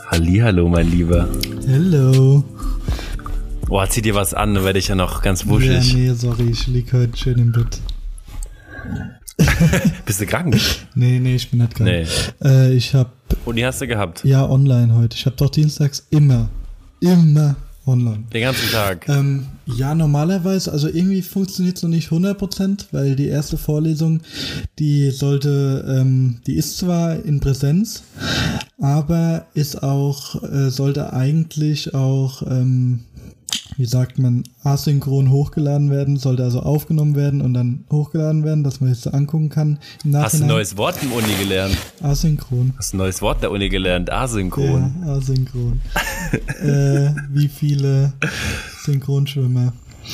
Hallihallo, mein Lieber. Hello. Boah, zieh dir was an, dann werde ich ja noch ganz wuschig. Ja, nee, sorry, ich lieg heute schön im Bett. Bist du krank? Nee, ich bin nicht krank. Nee. Ich hab... Uni hast du gehabt? Ja, online heute. Ich hab doch dienstags immer online. Den ganzen Tag? Ja, normalerweise, also irgendwie funktioniert es noch nicht 100%, weil die erste Vorlesung, die ist zwar in Präsenz, aber ist auch, sollte eigentlich auch, wie sagt man, asynchron hochgeladen werden, sollte also aufgenommen werden und dann hochgeladen werden, dass man es so angucken kann. Im Nachhinein. Hast du ein neues Wort im Uni gelernt? Asynchron. Hast du ein neues Wort der Uni gelernt? Asynchron. Ja, asynchron. Wie viele Synchronschwimmer.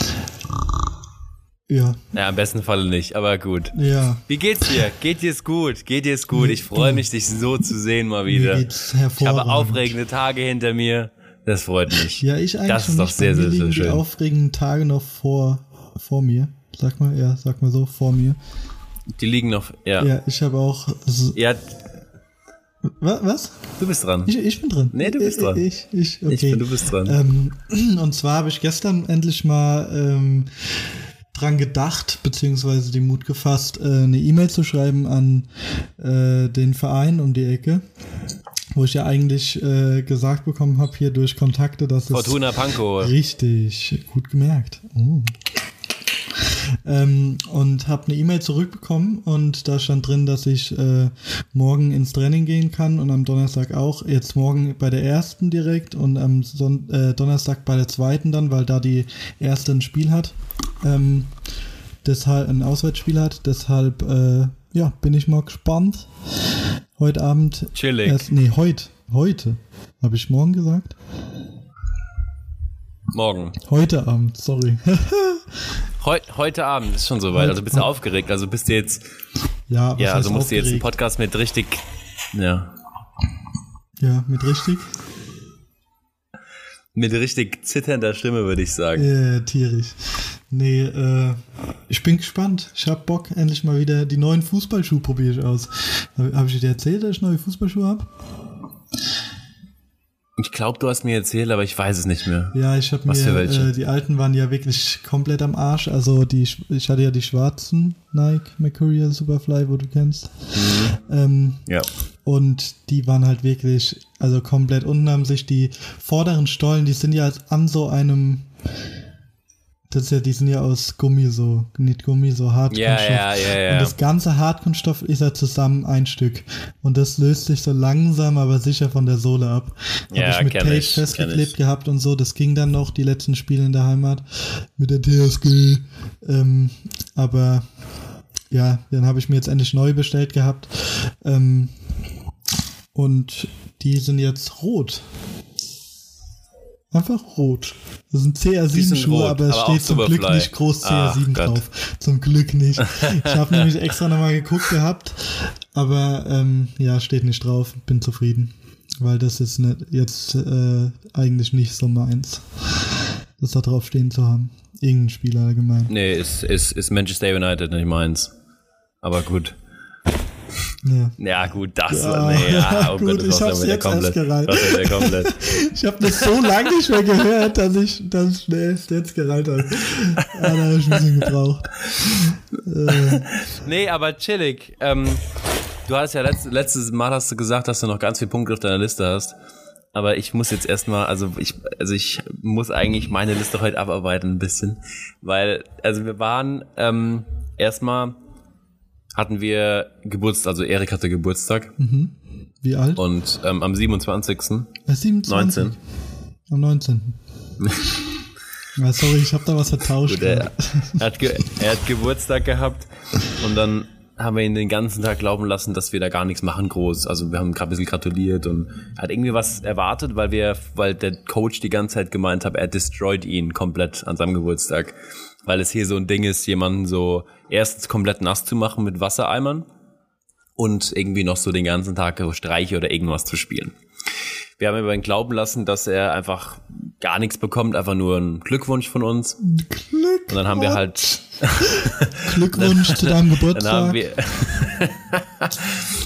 Ja. Ja, im besten Falle nicht, aber gut. Ja. Wie geht's dir? Geht dir's gut? Ich freue mich, dich so zu sehen mal wieder. Mir geht's hervorragend. Ich habe aufregende Tage hinter mir. Das freut mich. Ja, ich eigentlich das ist doch sehr, sehr, sehr schön. Die aufregenden Tage noch vor mir. Sag mal so, vor mir. Die liegen noch, ja. Ja, ich habe auch... Ja. Was? Du bist dran. Ich bin dran. Nee, du bist dran. Okay. Du bist dran. Und zwar habe ich gestern endlich mal dran gedacht, beziehungsweise den Mut gefasst, eine E-Mail zu schreiben an den Verein um die Ecke, wo ich ja eigentlich gesagt bekommen habe, hier durch Kontakte, dass Fortuna Pankow. Richtig, gut gemerkt. Oh. Und habe eine E-Mail zurückbekommen und da stand drin, dass ich morgen ins Training gehen kann und am Donnerstag auch. Jetzt morgen bei der ersten direkt und am Donnerstag bei der zweiten dann, weil da die erste ein Spiel hat. Deshalb ein Auswärtsspiel hat. Deshalb bin ich mal gespannt. Heute Abend. Chillig. Heute. Habe ich morgen gesagt? Morgen. Heute Abend, sorry. Heute Abend ist schon soweit. Also bist du aufgeregt. Also bist du jetzt. Ja, also musst du jetzt einen Podcast mit richtig. Ja. Ja, mit richtig? Mit richtig zitternder Stimme, würde ich sagen. Ja, tierisch. Nee, ich bin gespannt. Ich hab Bock, endlich mal wieder die neuen Fußballschuhe probiere ich aus. Hab ich dir erzählt, dass ich neue Fußballschuhe habe? Ich glaube, du hast mir erzählt, aber ich weiß es nicht mehr. Ja, ich habe mir, die alten waren ja wirklich komplett am Arsch. Also ich hatte ja die schwarzen Nike Mercurial Superfly, wo du kennst. Ja. Und die waren halt wirklich, also komplett unten haben sich die vorderen Stollen, die sind ja an so einem, die sind ja aus Gummi so, nicht Gummi, so Hartkunststoff. Ja. Und das ganze Hartkunststoff ist ja zusammen ein Stück. Und das löst sich so langsam, aber sicher von der Sohle ab. Ja, habe ich mit Tape festgeklebt gehabt und so. Das ging dann noch, die letzten Spiele in der Heimat mit der TSG. Aber ja, dann habe ich mir jetzt endlich neu bestellt gehabt. Und die sind jetzt rot. Einfach rot. Das sind CR7-Schuhe, aber es steht zum Glück nicht groß CR7 drauf. Zum Glück nicht. Ich habe nämlich extra nochmal geguckt gehabt, aber steht nicht drauf. Bin zufrieden, weil das ist jetzt eigentlich nicht so meins, das da drauf stehen zu haben. Irgendein Spieler allgemein. Nee, ist Manchester United nicht meins. Aber gut. Ja gut, gut, ich hab's jetzt erst gereilt. Ich habe das so lange nicht mehr gehört, dass ich jetzt gereilt habe. Da habe ich ein bisschen gebraucht. Nee, aber chillig. Du hast ja letztes Mal hast du gesagt, dass du noch ganz viele Punkte auf deiner Liste hast. Aber ich muss jetzt erstmal, ich muss eigentlich meine Liste heute abarbeiten ein bisschen. Weil, wir waren erstmal hatten wir Geburtstag, also Erik hatte Geburtstag. Mhm. Wie alt? Und am 27. 27? 19. Am 19. Ja, sorry, ich habe da was vertauscht. Gut, er hat Geburtstag gehabt und dann haben wir ihn den ganzen Tag glauben lassen, dass wir da gar nichts machen groß. Also wir haben gerade ein bisschen gratuliert und hat irgendwie was erwartet, weil der Coach die ganze Zeit gemeint hat, er destroyt ihn komplett an seinem Geburtstag. Weil es hier so ein Ding ist, jemanden so erstens komplett nass zu machen mit Wassereimern und irgendwie noch so den ganzen Tag Streiche oder irgendwas zu spielen. Wir haben über ihn glauben lassen, dass er einfach gar nichts bekommt, einfach nur einen Glückwunsch von uns. Glückwunsch. Und dann haben wir halt Glückwunsch zu deinem Geburtstag.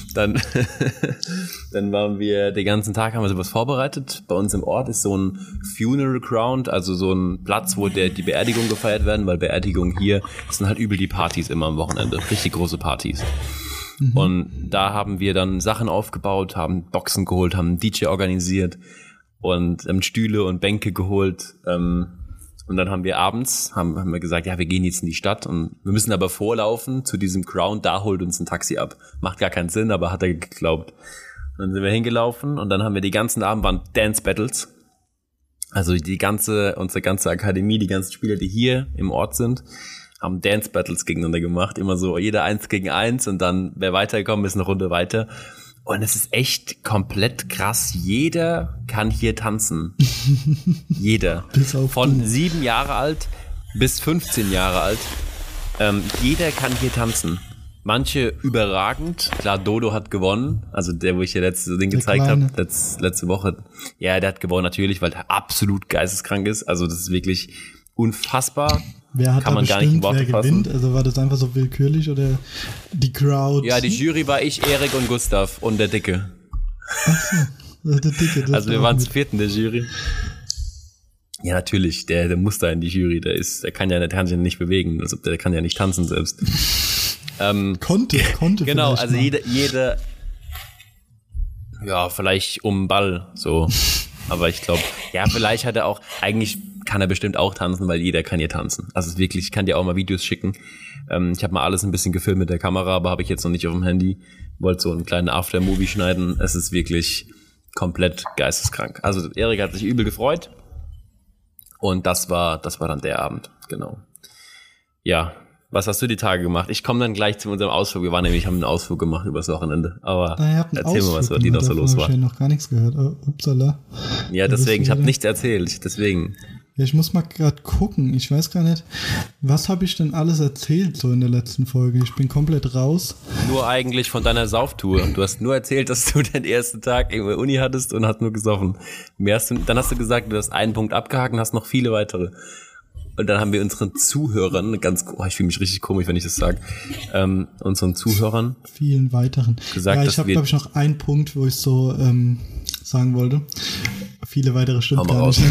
Dann waren wir den ganzen Tag, haben wir sowas vorbereitet. Bei uns im Ort ist so ein Funeral Ground, also so ein Platz, wo die Beerdigungen gefeiert werden, weil Beerdigungen hier, das sind halt übel die Partys immer am Wochenende, richtig große Partys. Und da haben wir dann Sachen aufgebaut, haben Boxen geholt, haben einen DJ organisiert und Stühle und Bänke geholt. Und dann haben wir abends, haben wir gesagt, ja, wir gehen jetzt in die Stadt und wir müssen aber vorlaufen zu diesem Ground, da holt uns ein Taxi ab. Macht gar keinen Sinn, aber hat er geglaubt. Und dann sind wir hingelaufen und dann haben wir die ganzen Abend waren Dance Battles. Also unsere ganze Akademie, die ganzen Spieler, die hier im Ort sind, haben Dance Battles gegeneinander gemacht. Immer so, jeder 1 gegen 1 und dann, wer weitergekommen ist, eine Runde weiter. Und es ist echt komplett krass. Jeder kann hier tanzen. Jeder. Von 7 Jahre alt bis 15 Jahre alt. Jeder kann hier tanzen. Manche überragend. Klar, Dodo hat gewonnen. Also der, wo ich dir den gezeigt habe, letzte Woche. Ja, der hat gewonnen natürlich, weil der absolut geisteskrank ist. Also das ist wirklich unfassbar. Wer hat kann man gar nicht in Worte fassen. Also war das einfach so willkürlich oder die Crowd? Ja, die Jury war ich, Erik und Gustav und der Dicke. Ach so, der Dicke. Also wir waren zu viert in der Jury. Ja, natürlich, der muss da in die Jury. Der kann ja nicht bewegen. Also der kann ja nicht tanzen selbst. Konnte. Genau, also jeder, ja, vielleicht um den Ball, so. Aber ich glaube, ja, vielleicht hat er auch, eigentlich kann er bestimmt auch tanzen, weil jeder kann hier tanzen. Also es ist wirklich, ich kann dir auch mal Videos schicken. Ich habe mal alles ein bisschen gefilmt mit der Kamera, aber habe ich jetzt noch nicht auf dem Handy. Wollte so einen kleinen After-Movie schneiden. Es ist wirklich komplett geisteskrank. Also Erik hat sich übel gefreut. Und das war dann der Abend, genau. Ja, was hast du die Tage gemacht? Ich komme dann gleich zu unserem Ausflug. Wir haben einen Ausflug gemacht übers Wochenende. Aber erzähl mal, was bei dir noch so los war. Ich habe noch gar nichts gehört. Oh, upsala. Ja, deswegen, ich habe nichts erzählt. Deswegen. Ja, ich muss mal gerade gucken. Ich weiß gar nicht, was habe ich denn alles erzählt so in der letzten Folge? Ich bin komplett raus. Nur eigentlich von deiner Sauftour. Du hast nur erzählt, dass du den ersten Tag in der Uni hattest und hast nur gesoffen. Dann hast du gesagt, du hast einen Punkt abgehakt und hast noch viele weitere. Und dann haben wir unseren Zuhörern, ich fühle mich richtig komisch, wenn ich das sage, unseren Zuhörern vielen weiteren gesagt, ja, ich habe, glaube ich, noch einen Punkt, wo ich so sagen wollte. Viele weitere stimmt gar nicht.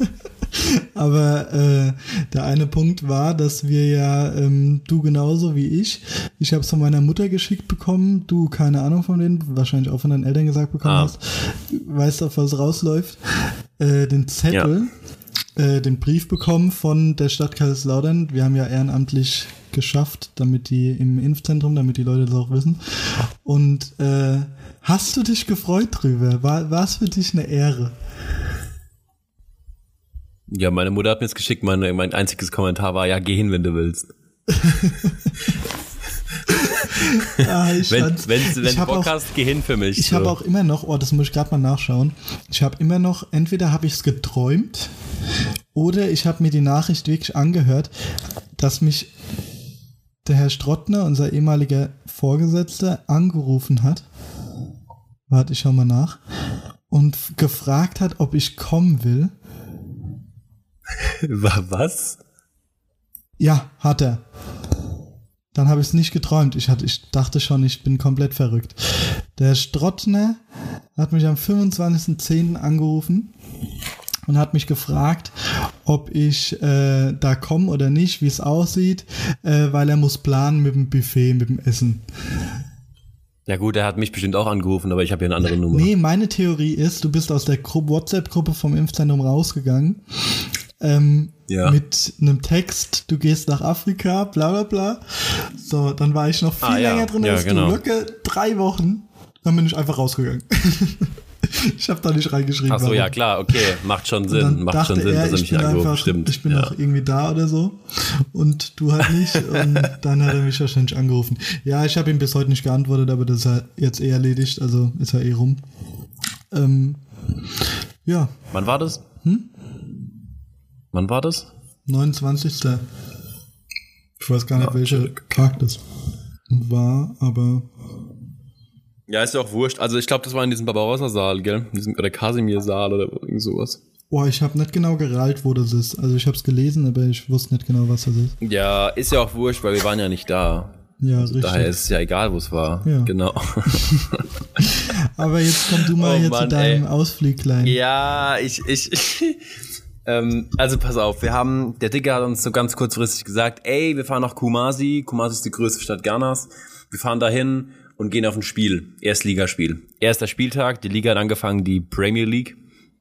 Aber der eine Punkt war, dass wir ja, du genauso wie ich habe es von meiner Mutter geschickt bekommen, du keine Ahnung von denen, wahrscheinlich auch von deinen Eltern gesagt bekommen hast, weißt du, auf was rausläuft, den Zettel, den Brief bekommen von der Stadt Kaiserslautern. Wir haben ja ehrenamtlich geschafft, damit die im Impfzentrum, damit die Leute das auch wissen. Und hast du dich gefreut drüber? War es für dich eine Ehre? Ja, meine Mutter hat mir das geschickt, mein einziges Kommentar war, ja, geh hin, wenn du willst. Wenn du Bock hast, geh hin für mich. Ich habe auch immer noch, das muss ich gerade mal nachschauen, ich habe immer noch, entweder habe ich es geträumt oder ich habe mir die Nachricht wirklich angehört, dass mich der Herr Strottner, unser ehemaliger Vorgesetzter, angerufen hat. Warte, ich schau mal nach. Und gefragt hat, ob ich kommen will. Was? Ja, hat er. Dann habe ich es nicht geträumt. Ich dachte schon, ich bin komplett verrückt. Der Strottner hat mich am 25.10. angerufen und hat mich gefragt, ob ich da komme oder nicht, wie es aussieht, weil er muss planen mit dem Buffet, mit dem Essen. Ja gut, er hat mich bestimmt auch angerufen, aber ich habe hier eine andere Nummer. Nee, meine Theorie ist, du bist aus der WhatsApp-Gruppe vom Impfzentrum rausgegangen, mit einem Text, du gehst nach Afrika, bla bla bla. So, dann war ich noch viel länger drin als du, locker 3 Wochen, dann bin ich einfach rausgegangen. Ich habe da nicht reingeschrieben. Ach so, ja klar, okay, macht schon Sinn, dass er mich angerufen, stimmt. Ich bin noch irgendwie da oder so und du halt nicht und dann hat er mich wahrscheinlich angerufen. Ja, ich habe ihm bis heute nicht geantwortet, aber das ist ja jetzt eh erledigt, also ist ja eh rum. Ja. Wann war das? Wann war das? 29. Ich weiß gar nicht, welcher Tag das war, aber... Ja, ist ja auch wurscht. Also ich glaube, das war in diesem Barbarossa-Saal, gell? Oder Kasimir-Saal oder irgend sowas. Boah, ich habe nicht genau gerallt, wo das ist. Also ich habe es gelesen, aber ich wusste nicht genau, was das ist. Ja, ist ja auch wurscht, weil wir waren ja nicht da. Ja, also richtig. daher ist es ja egal, wo es war. Ja. Genau. Aber jetzt komm du mal zu deinem Ausflüglein. Ja, also pass auf, der Dicke hat uns so ganz kurzfristig gesagt, wir fahren nach Kumasi. Kumasi ist die größte Stadt Ghanas. Wir fahren dahin und gehen auf ein Spiel, Erstligaspiel. Erster Spieltag, die Liga hat angefangen, die Premier League.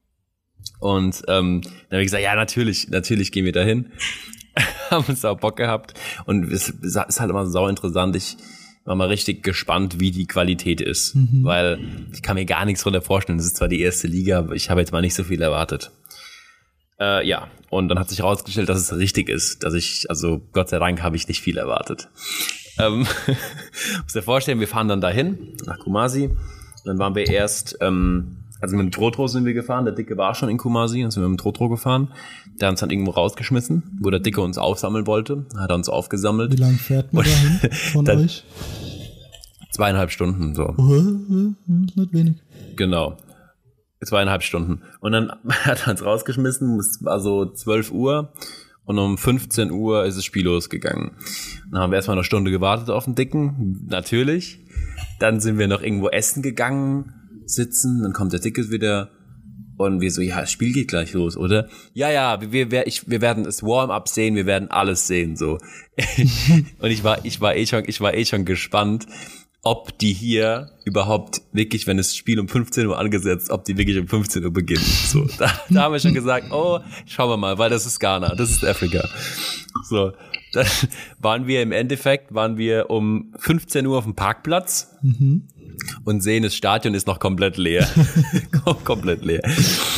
Und dann habe ich gesagt, ja, natürlich gehen wir dahin. Haben uns auch Bock gehabt. Und es ist halt immer sau interessant. Ich war mal richtig gespannt, wie die Qualität ist. Weil ich kann mir gar nichts drunter vorstellen. Das ist zwar die erste Liga, aber ich habe jetzt mal nicht so viel erwartet. Ja, und dann hat sich herausgestellt, dass es richtig ist. Also Gott sei Dank habe ich nicht viel erwartet. Muss dir vorstellen, wir fahren dann dahin, nach Kumasi. Und dann waren wir erst, also mit dem Trotro sind wir gefahren. Der Dicke war schon in Kumasi, dann sind wir mit dem Trotro gefahren. Der hat uns dann irgendwo rausgeschmissen, wo der Dicke uns aufsammeln wollte. Hat er uns aufgesammelt. Wie lange fährt man dahin von euch? 2,5 Stunden, so. Nicht wenig. Genau. 2,5 Stunden. Und dann hat er uns rausgeschmissen, es war so 12 Uhr und um 15 Uhr ist das Spiel losgegangen. Dann haben wir erstmal eine Stunde gewartet auf den Dicken, natürlich. Dann sind wir noch irgendwo essen gegangen, sitzen, dann kommt der Dicke wieder und wir so, ja, das Spiel geht gleich los, oder? Ja, wir werden das Warm-up sehen, wir werden alles sehen, so. Und ich war eh schon gespannt, ob die hier überhaupt wirklich, wenn das Spiel um 15 Uhr angesetzt, ob die wirklich um 15 Uhr beginnen. So, da haben wir schon gesagt, schauen wir mal, weil das ist Ghana, das ist Afrika. So, dann waren wir um 15 Uhr auf dem Parkplatz und sehen, das Stadion ist noch komplett leer. Komplett leer.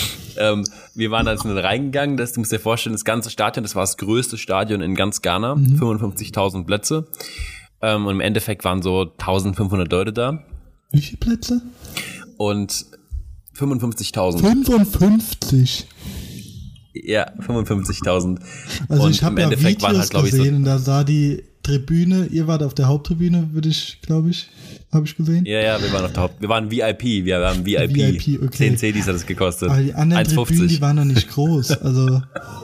Wir waren also reingegangen, du musst dir vorstellen, das ganze Stadion, das war das größte Stadion in ganz Ghana, 55.000 Plätze. Und im Endeffekt waren so 1.500 Leute da. Wie viele Plätze? Und 55.000. 55? Ja, 55.000. Also und ich habe ja Endeffekt Videos halt, gesehen und da sah die Tribüne, ihr wart auf der Haupttribüne, habe ich gesehen. Ja, wir waren VIP, VIP, okay. 10 CDs hat es gekostet. Aber die anderen 1,50. Tribünen, die waren noch nicht groß, also...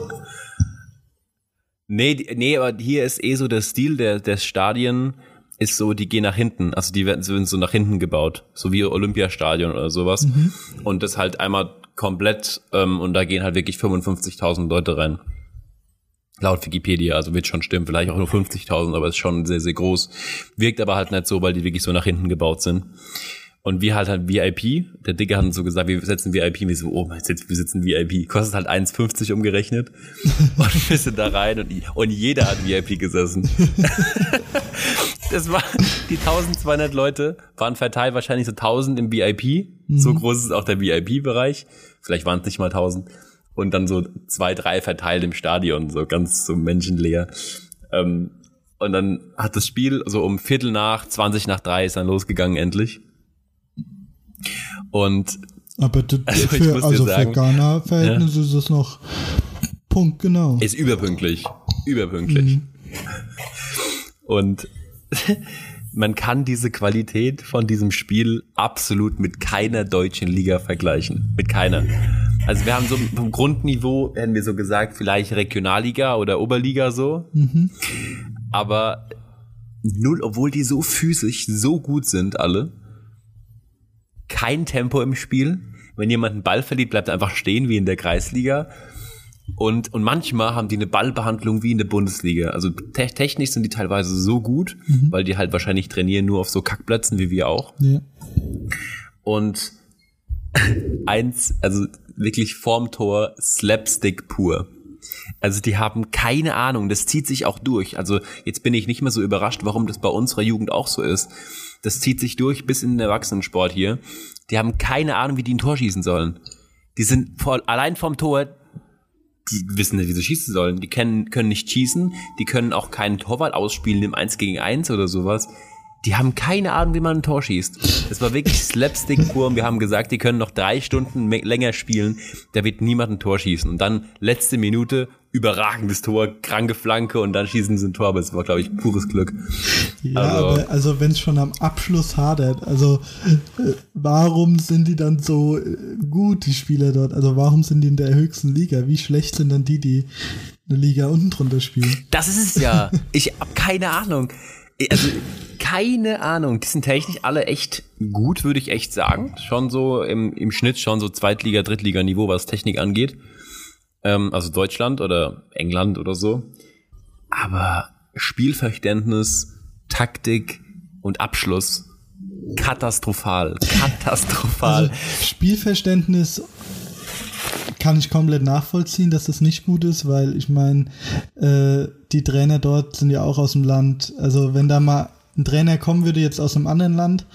Nee, aber hier ist so der Stil der Stadien ist so, die gehen nach hinten. Also die sind so nach hinten gebaut. So wie Olympiastadion oder sowas. Und das halt einmal komplett, und da gehen halt wirklich 55.000 Leute rein. Laut Wikipedia, also wird schon stimmen, vielleicht auch nur 50.000, aber ist schon sehr, sehr groß. Wirkt aber halt nicht so, weil die wirklich so nach hinten gebaut sind. Und wir halt VIP, der Dicke hat uns so gesagt, wir setzen VIP, und wir so, wir sitzen VIP, kostet halt 1,50 umgerechnet. Und wir sind da rein und jeder hat VIP gesessen. Das war, die 1.200 Leute waren verteilt, wahrscheinlich so 1.000 im VIP. So groß ist auch der VIP-Bereich. Vielleicht waren es nicht mal 1.000. Und dann so 2, 3 verteilt im Stadion, so ganz so menschenleer. Und dann hat das Spiel so um 2:20 ist dann losgegangen endlich. Und aber für Ghana-Verhältnisse ist es noch punktgenau. Ist überpünktlich. Und man kann diese Qualität von diesem Spiel absolut mit keiner deutschen Liga vergleichen. Mit keiner. Also wir haben so vom Grundniveau, hätten wir so gesagt, vielleicht Regionalliga oder Oberliga so. Aber null, obwohl die so physisch so gut sind alle. Kein Tempo im Spiel. Wenn jemand einen Ball verliert, bleibt er einfach stehen, wie in der Kreisliga. Und manchmal haben die eine Ballbehandlung wie in der Bundesliga. Also technisch sind die teilweise so gut, weil die halt wahrscheinlich trainieren nur auf so Kackplätzen wie wir auch. Ja. Und also wirklich vorm Tor Slapstick pur. Also die haben keine Ahnung, das zieht sich auch durch. Also jetzt bin ich nicht mehr so überrascht, warum das bei unserer Jugend auch so ist. Das zieht sich durch bis in den Erwachsenensport hier. Die haben keine Ahnung, wie die ein Tor schießen sollen. Die sind allein vom Tor, die wissen nicht, wie sie schießen sollen. Die können nicht schießen, die können auch keinen Torwart ausspielen im 1-gegen-1 oder sowas. Die haben keine Ahnung, wie man ein Tor schießt. Das war wirklich Slapstick pur und wir haben gesagt, die können noch 3 Stunden länger spielen, da wird niemand ein Tor schießen. Und dann letzte Minute, überragendes Tor, kranke Flanke und dann schießen sie ein Tor, aber es war, glaube ich, pures Glück. Ja, also wenn es schon am Abschluss hadert, also warum sind die dann so gut, die Spieler dort? Also warum sind die in der höchsten Liga? Wie schlecht sind dann die eine Liga unten drunter spielen? Das ist es ja. Ich habe keine Ahnung. Also, keine Ahnung. Die sind technisch alle echt gut, würde ich echt sagen. Schon so im Schnitt schon so Zweitliga-, Drittliga-Niveau, was Technik angeht. Also Deutschland oder England oder so. Aber Spielverständnis, Taktik und Abschluss katastrophal. Also Spielverständnis kann ich komplett nachvollziehen, dass das nicht gut ist, weil ich meine, die Trainer dort sind ja auch aus dem Land. Also wenn da mal ein Trainer kommen würde jetzt aus einem anderen Land,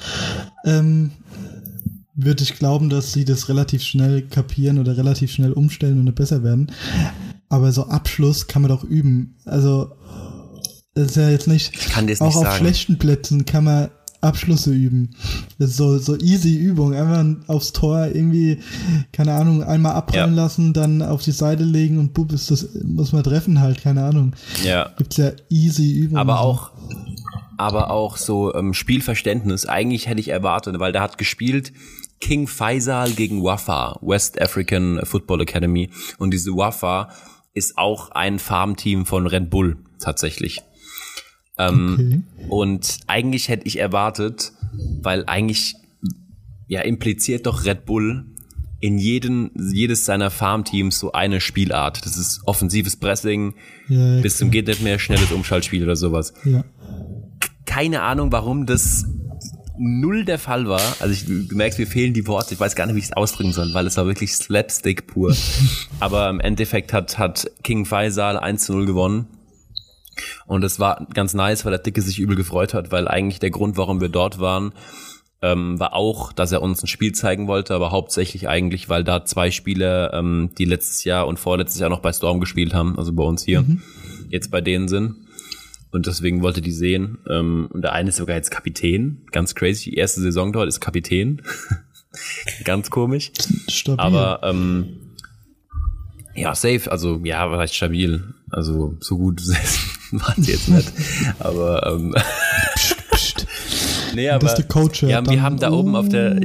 würde ich glauben, dass sie das relativ schnell kapieren oder relativ schnell umstellen und besser werden. Aber so Abschluss kann man doch üben. Also das ist ja jetzt nicht, ich kann dir's auch nicht auf sagen. Schlechten Plätzen kann man Abschlüsse üben. Das ist so easy Übung. Einfach aufs Tor irgendwie, keine Ahnung, einmal abprallen lassen, dann auf die Seite legen und bub, ist das, muss man treffen halt, keine Ahnung. Ja. Gibt's ja easy Übungen. Aber auch so Spielverständnis. Eigentlich hätte ich erwartet, weil der hat gespielt King Faisal gegen Wafa, West African Football Academy. Und diese Wafa ist auch ein Farmteam von Red Bull, tatsächlich. Okay. Und eigentlich hätte ich erwartet, weil eigentlich impliziert doch Red Bull in jedes seiner Farmteams so eine Spielart. Das ist offensives Pressing, bis zum geht nicht mehr, schnelles Umschaltspiel oder sowas. Ja. Keine Ahnung, warum das null der Fall war. Also du merkst, mir fehlen die Worte. Ich weiß gar nicht, wie ich es ausdrücken soll, weil es war wirklich Slapstick pur. Aber im Endeffekt hat King Faisal 1-0 gewonnen. Und es war ganz nice, weil der Dicke sich übel gefreut hat, weil eigentlich der Grund, warum wir dort waren, war auch, dass er uns ein Spiel zeigen wollte, aber hauptsächlich eigentlich, weil da 2 Spieler, die letztes Jahr und vorletztes Jahr noch bei Storm gespielt haben, also bei uns hier, jetzt bei denen sind. Und deswegen wollte die sehen. Und der eine ist sogar jetzt Kapitän. Ganz crazy. Die erste Saison dort ist Kapitän. Ganz komisch. Stabil. Aber safe. Also vielleicht stabil. Also so gut waren sie jetzt nicht. Aber Psst. Nee, aber das ist der Coach. Ja, wir haben da oben auf der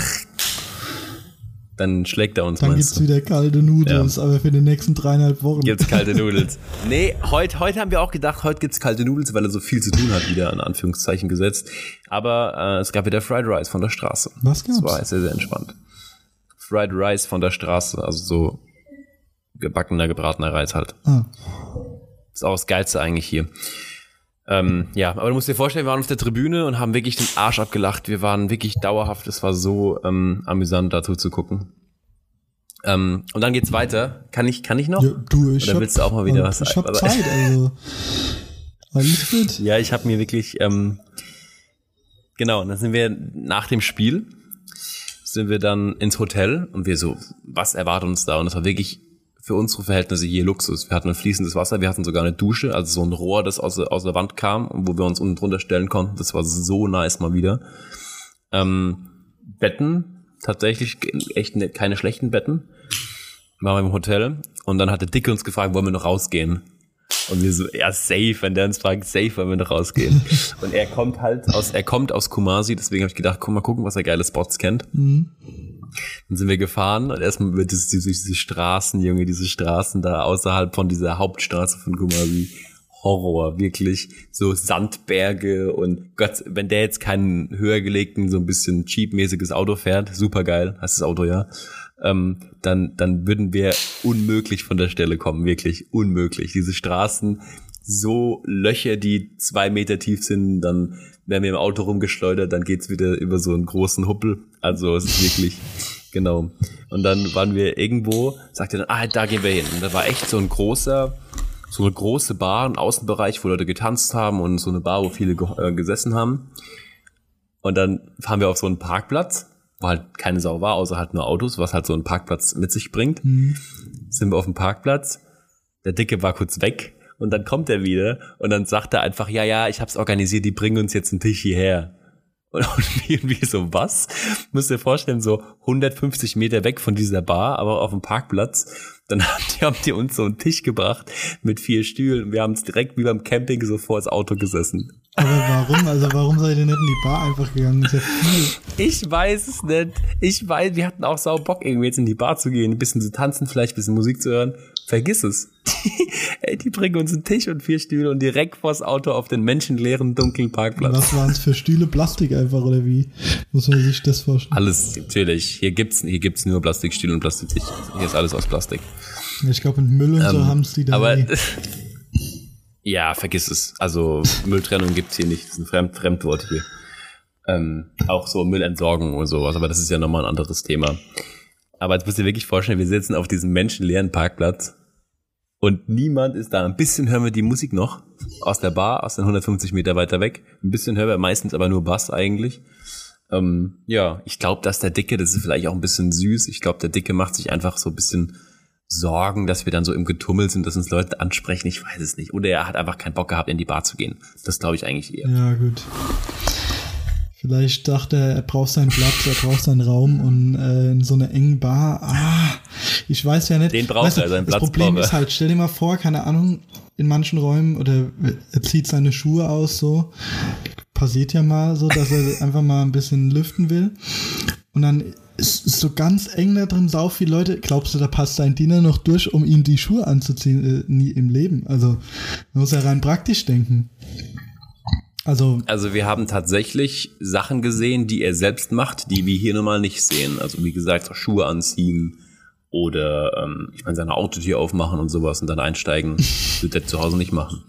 dann schlägt er uns, dann gibt's wieder kalte Nudels, aber für die nächsten 3,5 Wochen. Gibt's kalte Nudels. Nee, heute haben wir auch gedacht, heute gibt's kalte Nudels, weil er so viel zu tun hat, wieder in Anführungszeichen gesetzt. Aber es gab wieder Fried Rice von der Straße. Was gab's? Das war sehr, sehr entspannt. Fried Rice von der Straße, also so gebackener, gebratener Reis halt. Ist auch das Geilste eigentlich hier. Aber du musst dir vorstellen, wir waren auf der Tribüne und haben wirklich den Arsch abgelacht. Wir waren wirklich dauerhaft, es war so amüsant dazu zu gucken. Und dann geht's weiter. Kann ich noch? Ja, Oder willst du auch mal wieder was sagen? Ich hab Zeit, also alles gut. Ja, ich habe mir wirklich, genau, und dann sind wir nach dem Spiel, sind wir dann ins Hotel und wir so, was erwartet uns da? Und das war wirklich für unsere Verhältnisse hier Luxus. Wir hatten ein fließendes Wasser, wir hatten sogar eine Dusche, also so ein Rohr, das aus der Wand kam und wo wir uns unten drunter stellen konnten. Das war so nice mal wieder. Betten, tatsächlich echt keine schlechten Betten. Waren wir im Hotel und dann hat der Dicke uns gefragt, wollen wir noch rausgehen? Und wir so, ja, safe, wenn der uns fragt, safe, wollen wir noch rausgehen. Und er kommt aus Kumasi, deswegen habe ich gedacht, komm mal gucken, was er geile Spots kennt. Dann sind wir gefahren und erstmal wird diese Straßen, Junge, diese Straßen da außerhalb von dieser Hauptstraße von Kumasi. Horror, wirklich. So Sandberge und Gott, wenn der jetzt keinen höher gelegten, so ein bisschen cheap-mäßiges Auto fährt, super geil, heißt das Auto ja, dann würden wir unmöglich von der Stelle kommen, wirklich unmöglich. Diese Straßen, so Löcher, die 2 Meter tief sind, dann werden wir im Auto rumgeschleudert, dann geht's wieder über so einen großen Huppel. Also es ist wirklich, genau. Und dann waren wir irgendwo, sagte dann, da gehen wir hin. Und da war echt so eine große Bar, ein Außenbereich, wo Leute getanzt haben und so eine Bar, wo viele gesessen haben. Und dann fahren wir auf so einen Parkplatz, wo halt keine Sau war, außer halt nur Autos, was halt so ein Parkplatz mit sich bringt. Sind wir auf dem Parkplatz, der Dicke war kurz weg und dann kommt er wieder und dann sagt er einfach, ja, ich hab's organisiert, die bringen uns jetzt einen Tisch hierher. Und wir so, was? Müsst ihr vorstellen, so 150 Meter weg von dieser Bar, aber auf dem Parkplatz. Dann haben die uns so einen Tisch gebracht mit 4 Stühlen. Wir haben es direkt wie beim Camping so vor das Auto gesessen. Aber warum? Also warum seid ihr nicht in die Bar einfach gegangen? Das ist ja viel. Ich weiß es nicht. Wir hatten auch sau Bock, irgendwie jetzt in die Bar zu gehen, ein bisschen zu tanzen, vielleicht ein bisschen Musik zu hören. Vergiss es. Die bringen uns einen Tisch und 4 Stühle und direkt vors Auto auf den menschenleeren, dunklen Parkplatz. Was waren es für Stühle? Plastik einfach, oder wie? Muss man sich das vorstellen? Alles, natürlich. Hier gibt's nur Plastikstühle und Plastiktisch. Hier ist alles aus Plastik. Ich glaube, mit Müll und so haben es die da. Aber ja, vergiss es. Also Mülltrennung gibt's hier nicht. Das ist ein Fremdwort hier. Auch so Müllentsorgung und sowas. Aber das ist ja nochmal ein anderes Thema. Aber jetzt musst du dir wirklich vorstellen, wir sitzen auf diesem menschenleeren Parkplatz und niemand ist da. Ein bisschen hören wir die Musik noch aus der Bar, aus den 150 Meter weiter weg. Ein bisschen hören wir meistens aber nur Bass eigentlich. Ja, ich glaube, dass der Dicke, das ist vielleicht auch ein bisschen süß, ich glaube, der Dicke macht sich einfach so ein bisschen Sorgen, dass wir dann so im Getummel sind, dass uns Leute ansprechen, ich weiß es nicht. Oder er hat einfach keinen Bock gehabt, in die Bar zu gehen. Das glaube ich eigentlich eher. Ja, gut. Vielleicht dachte er braucht seinen Platz, er braucht seinen Raum und in so einer engen Bar, ich weiß ja nicht. Den braucht er, seinen Platz. Das Problem ist halt, stell dir mal vor, keine Ahnung, in manchen Räumen oder er zieht seine Schuhe aus, so. Passiert ja mal so, dass er einfach mal ein bisschen lüften will. Und dann ist so ganz eng da drin, sau viele Leute. Glaubst du, da passt sein Diener noch durch, um ihm die Schuhe anzuziehen? Nie im Leben. Also, man muss ja rein praktisch denken. Also wir haben tatsächlich Sachen gesehen, die er selbst macht, die wir hier normal nicht sehen. Also wie gesagt, so Schuhe anziehen oder ich meine seine Autotür aufmachen und sowas und dann einsteigen. Wird er zu Hause nicht machen.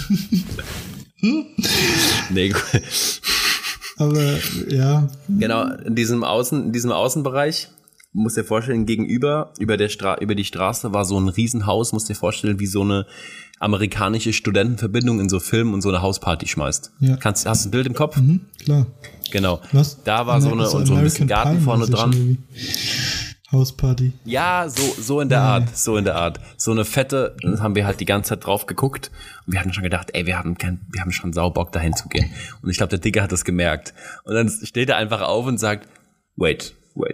Nee. Aber ja. Genau, in diesem Außenbereich, musst dir vorstellen, gegenüber über die Straße war so ein Riesenhaus, musst dir vorstellen, wie so eine amerikanische Studentenverbindung in so Filmen und so eine Hausparty schmeißt. Ja. Hast du ein Bild im Kopf? Mhm, klar. Genau. Was? Da war so ein bisschen Garten Pie vorne dran. Hausparty. Ja, so in der Art. So eine fette, dann haben wir halt die ganze Zeit drauf geguckt und wir hatten schon gedacht, ey, wir haben schon Saubock dahin zu gehen. Und ich glaube, der Digger hat das gemerkt. Und dann steht er einfach auf und sagt, wait.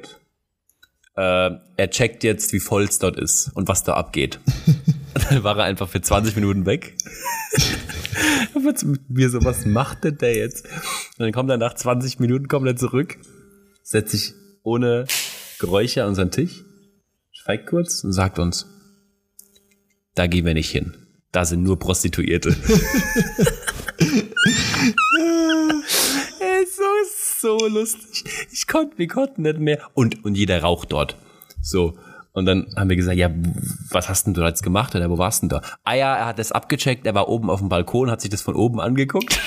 Er checkt jetzt, wie voll es dort ist und was da abgeht. Und dann war er einfach für 20 Minuten weg. Mir so, was macht denn der jetzt? Und dann kommt er nach 20 Minuten zurück, setzt sich ohne Geräusche an unseren Tisch, schweigt kurz und sagt uns, da gehen wir nicht hin. Da sind nur Prostituierte. So lustig. Wir konnten nicht mehr. Und jeder raucht dort. So. Und dann haben wir gesagt, ja, was hast denn du jetzt gemacht? Oder wo warst denn da? Ja, er hat das abgecheckt, er war oben auf dem Balkon, hat sich das von oben angeguckt.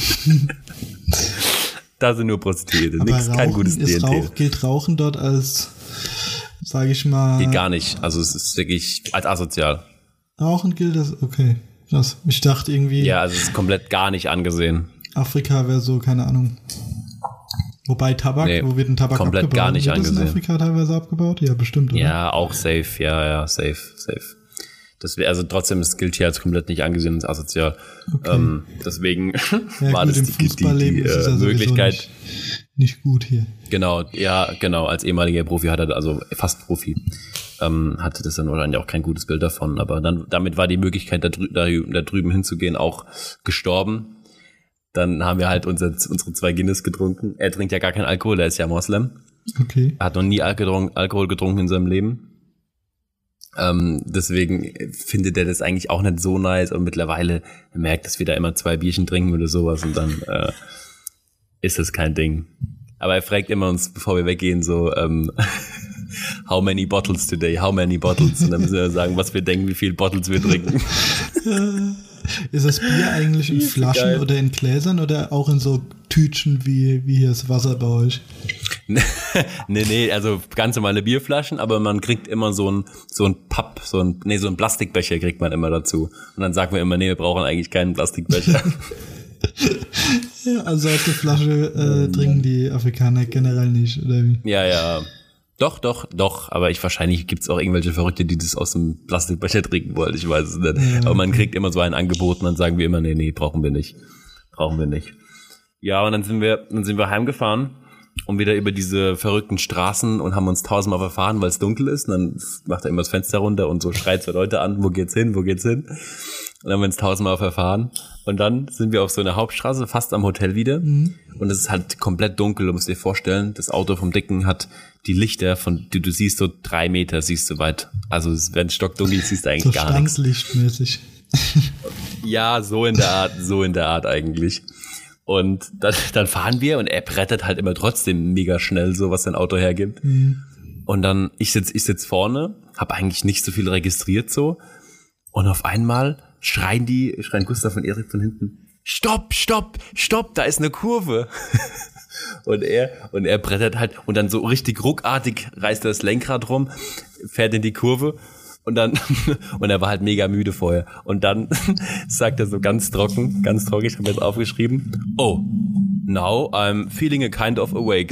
Da sind nur Prostituierte, kein gutes DNT. Gilt Rauchen dort als, sage ich mal... Geht gar nicht, also es ist wirklich als asozial. Rauchen gilt das, okay. Krass. Ich dachte irgendwie... Ja, also es ist komplett gar nicht angesehen. Afrika wäre so, keine Ahnung... Wobei Tabak, wo wird ein Tabak komplett abgebaut? Gar nicht wird angesehen. Das in Afrika teilweise abgebaut? Ja, bestimmt, oder? Ja, auch safe. Ja, safe. Das wäre also trotzdem, es gilt hier als komplett nicht angesehen und asozial. Okay. Deswegen war das die Möglichkeit. Nicht gut hier. Genau. Als ehemaliger Profi hat er, also fast Profi, hatte das dann wahrscheinlich auch kein gutes Bild davon. Aber damit war die Möglichkeit, da drüben hinzugehen, auch gestorben. Dann haben wir halt unsere 2 Guinness getrunken. Er trinkt ja gar keinen Alkohol, er ist ja Moslem. Okay. Er hat noch nie Alkohol getrunken in seinem Leben. Deswegen findet er das eigentlich auch nicht so nice. Und mittlerweile merkt, dass wir da immer 2 Bierchen trinken oder sowas. Und dann ist das kein Ding. Aber er fragt immer uns, bevor wir weggehen, so how many bottles today? How many bottles? Und dann müssen wir sagen, was wir denken, wie viele Bottles wir trinken. Ist das Bier eigentlich in Flaschen oder in Gläsern oder auch in so Tütchen wie hier das Wasser bei euch? Nee, also ganz normale Bierflaschen, aber man kriegt immer so ein Plastikbecher kriegt man immer dazu. Und dann sagen wir immer, nee, wir brauchen eigentlich keinen Plastikbecher. Ja, also aus der Flasche trinken die Afrikaner generell nicht, oder wie? Ja. Doch, aber wahrscheinlich gibt's auch irgendwelche Verrückte, die das aus dem Plastikbecher trinken wollen, ich weiß es nicht. Ja, aber man kriegt immer so ein Angebot und dann sagen wir immer, nee, brauchen wir nicht. Ja, und dann sind wir heimgefahren und wieder über diese verrückten Straßen und haben uns 1000-mal verfahren, weil es dunkel ist. Und dann macht er immer das Fenster runter und so schreit so Leute an, wo geht's hin? dann haben wir uns 1000-mal verfahren. Und dann sind wir auf so einer Hauptstraße, fast am Hotel wieder. Und es ist halt komplett dunkel. Du musst dir vorstellen, das Auto vom Dicken hat die Lichter die du siehst so 3 Meter, siehst du weit. Also wenn es stockdunkel ist, siehst du eigentlich so gar nichts. Standslichtmäßig. Ja, so in der Art eigentlich. Und dann fahren wir und er brettert halt immer trotzdem mega schnell, so was sein Auto hergibt. Und dann, ich sitz vorne, habe eigentlich nicht so viel registriert so. Und auf einmal schreien Gustav und Erik von hinten, stopp, da ist eine Kurve. Und er brettert halt und dann so richtig ruckartig reißt er das Lenkrad rum, fährt in die Kurve und er war halt mega müde vorher. Und dann sagt er so ganz trocken, ich habe jetzt aufgeschrieben, oh, now I'm feeling a kind of awake.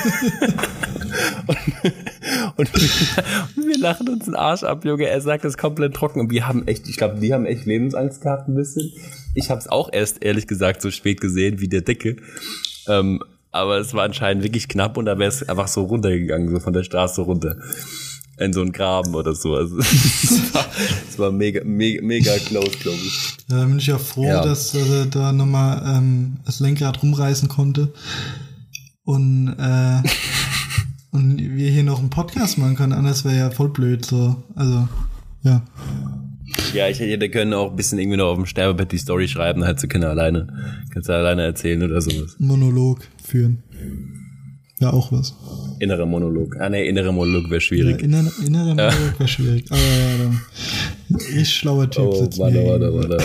Und wir lachen uns den Arsch ab, Junge. Er sagt das komplett trocken. Und die haben echt Lebensangst gehabt ein bisschen. Ich habe es auch erst, ehrlich gesagt, so spät gesehen wie der Dicke. Aber es war anscheinend wirklich knapp und da wäre es einfach so runtergegangen, so von der Straße runter. In so einen Graben oder so. Also es war mega close, glaube ich. Ja, da bin ich ja froh, dass er da nochmal das Lenkrad rumreißen konnte. Und wir hier noch einen Podcast machen können, anders wäre ja voll blöd, so, also, ja. Ja, ich hätte können auch ein bisschen irgendwie noch auf dem Sterbebett die Story schreiben, dann kannst du alleine erzählen oder sowas. Monolog führen. Ja, auch was. Innerer Monolog. Innerer Monolog wäre schwierig. Ja, innerer Monolog wäre schwierig. Aber ja, dann richtig schlauer Typ sitzt mir. Warte.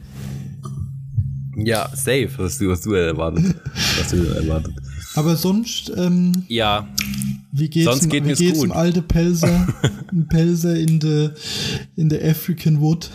Ja, safe, was du erwartet. Aber sonst, ja. Wie geht's dem alte Pelzer in der African Wood?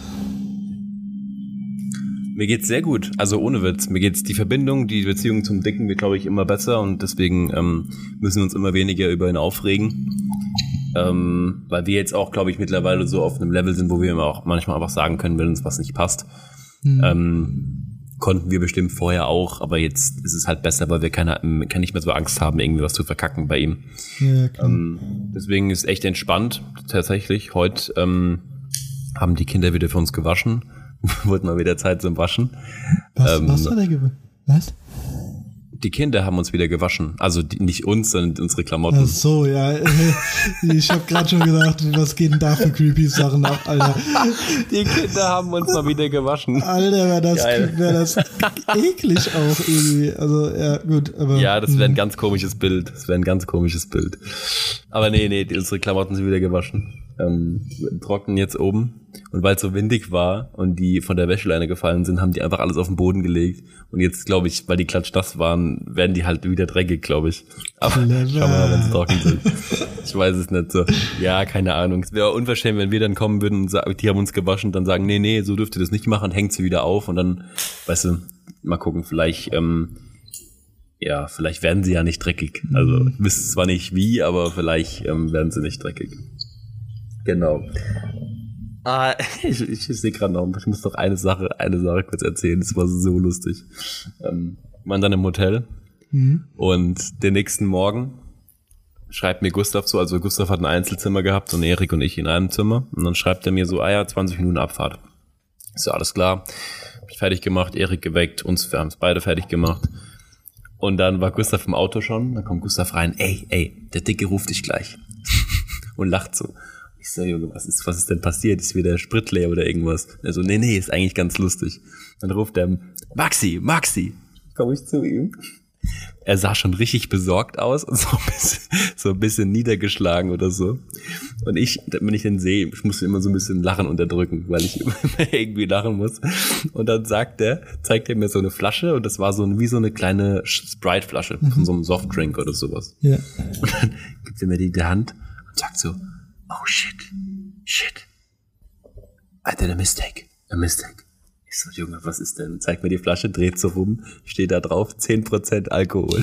Mir geht's sehr gut, also ohne Witz. Mir geht's die Beziehung zum Dicken wird, glaube ich, immer besser und deswegen müssen wir uns immer weniger über ihn aufregen. Weil wir jetzt auch, glaube ich, mittlerweile so auf einem Level sind, wo wir immer auch manchmal einfach sagen können, wenn uns was nicht passt. Konnten wir bestimmt vorher auch, aber jetzt ist es halt besser, weil wir kann nicht mehr so Angst haben, irgendwie was zu verkacken bei ihm. Ja, klar. Deswegen ist echt entspannt, tatsächlich. Heute haben die Kinder wieder für uns gewaschen. Wurde mal wieder Zeit zum Waschen. Was hat er gewaschen? Was? Die Kinder haben uns wieder gewaschen. Also nicht uns, sondern unsere Klamotten. Ach so, ja. Ich habe gerade schon gedacht, was geht denn da für creepy Sachen ab, Alter. Die Kinder haben uns mal wieder gewaschen. Alter, wär das eklig auch irgendwie. Also, ja, gut. Aber, ja, das wäre ein ganz komisches Bild. Aber nee, unsere Klamotten sind wieder gewaschen. Trocken jetzt oben. Und weil es so windig war und die von der Wäscheleine gefallen sind, haben die einfach alles auf den Boden gelegt. Und jetzt, glaube ich, weil die klatschnass waren, werden die halt wieder dreckig, glaube ich. Aber schauen wir mal, wenn sie trocken sind. Ich weiß es nicht so. Ja, keine Ahnung. Es wäre unverschämt, wenn wir dann kommen würden und sagen, die haben uns gewaschen und dann sagen, nee, so dürft ihr das nicht machen, hängt sie wieder auf und dann, weißt du, mal gucken, vielleicht werden sie ja nicht dreckig. Also, ich wüsste zwar nicht wie, aber vielleicht werden sie nicht dreckig. Genau. Ich sehe gerade noch, ich muss noch eine Sache kurz erzählen, das war so lustig. Wir waren dann im Hotel und den nächsten Morgen schreibt mir Gustav so, also Gustav hat ein Einzelzimmer gehabt und Erik und ich in einem Zimmer und dann schreibt er mir so, 20 Minuten Abfahrt. Ist ja alles klar, hab ich fertig gemacht, Erik geweckt, wir haben es beide fertig gemacht und dann war Gustav im Auto schon, dann kommt Gustav rein, ey, der Dicke ruft dich gleich und lacht so. Ich so, Junge, was ist denn passiert? Ist wieder Sprit leer oder irgendwas? Also, nee, ist eigentlich ganz lustig. Dann ruft er, Maxi, komm ich zu ihm. Er sah schon richtig besorgt aus und so ein bisschen niedergeschlagen oder so. Und wenn ich den sehe, ich muss immer so ein bisschen Lachen unterdrücken, weil ich immer irgendwie lachen muss. Und dann zeigt er mir so eine Flasche und das war wie so eine kleine Sprite-Flasche von so einem Softdrink oder sowas. Ja. Und dann gibt er mir die in die Hand und sagt so, oh shit. I did a mistake. Ich so, Junge, was ist denn? Zeig mir die Flasche, dreht so rum, steht da drauf, 10% Alkohol.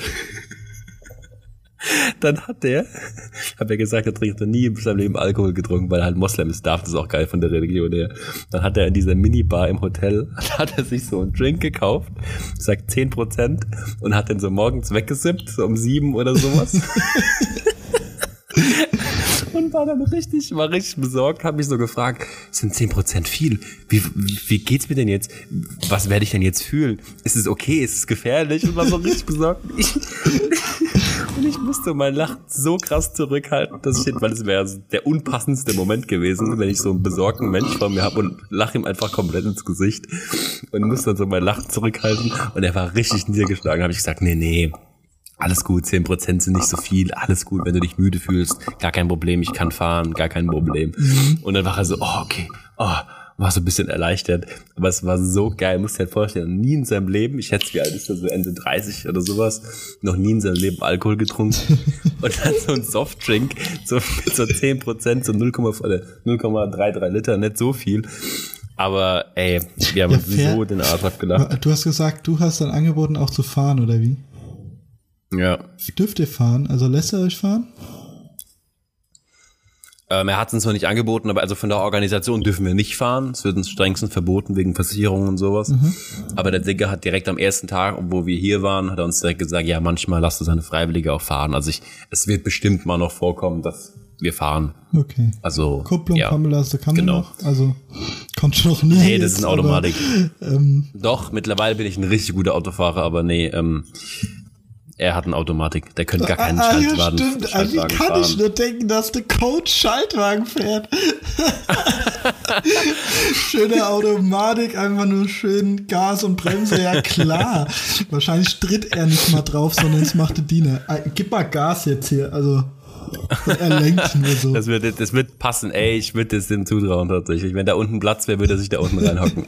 Dann hat er gesagt, er trinkt noch nie in seinem Leben Alkohol getrunken, weil er halt Moslem ist, darf das auch geil von der Religion her. Dann hat er in dieser Minibar im Hotel, hat er sich so einen Drink gekauft, sagt 10% und hat den so morgens weggesippt, so um 7 oder sowas. Und war richtig besorgt, habe mich so gefragt, sind 10% viel? Wie geht's mir denn jetzt? Was werde ich denn jetzt fühlen? Ist es okay? Ist es gefährlich? Und war so richtig besorgt. Und ich musste mein Lachen so krass zurückhalten, weil es wäre der unpassendste Moment gewesen, wenn ich so einen besorgten Mensch vor mir habe und lache ihm einfach komplett ins Gesicht und musste dann so mein Lachen zurückhalten und er war richtig niedergeschlagen. Habe ich gesagt, nee, alles gut, 10% sind nicht so viel, alles gut, wenn du dich müde fühlst, gar kein Problem, ich kann fahren, gar kein Problem. Und dann war er so, okay, war so ein bisschen erleichtert, aber es war so geil, musst dir halt vorstellen, nie in seinem Leben, ich schätze, wie alt ist er, so Ende 30 oder sowas, noch nie in seinem Leben Alkohol getrunken und dann so ein Softdrink, so mit so 10%, so 0,33 Liter, nicht so viel, aber ey, wir haben so den Arsch abgelacht. Du hast gesagt, du hast dann angeboten auch zu fahren, oder wie? Ja. Dürft ihr fahren? Also lässt er euch fahren? Er hat es uns noch nicht angeboten, aber also von der Organisation dürfen wir nicht fahren. Es wird uns strengstens verboten wegen Versicherungen und sowas. Aber der Digger hat direkt am ersten Tag, wo wir hier waren, hat er uns direkt gesagt, ja, manchmal lasst du seine Freiwillige auch fahren. Also es wird bestimmt mal noch vorkommen, dass wir fahren. Okay. Also Kupplung, ja, Pamela, kann genau. Noch? Also kommt schon noch nie. Nee, das ist eine Automatik. Aber, Doch, mittlerweile bin ich ein richtig guter Autofahrer, aber nee, er hat eine Automatik. Der könnte gar keinen Schaltwagen fahren. Wie kann ich nur denken, dass der Coach Schaltwagen fährt? Schöne Automatik, einfach nur schön Gas und Bremse. Ja klar. Wahrscheinlich tritt er nicht mal drauf, sondern es macht der Diener. Gib mal Gas jetzt hier. Also er lenkt nur so. Das wird passen. Ey, ich würde das dem zutrauen tatsächlich. Wenn da unten Platz wäre, würde er sich da unten reinhocken.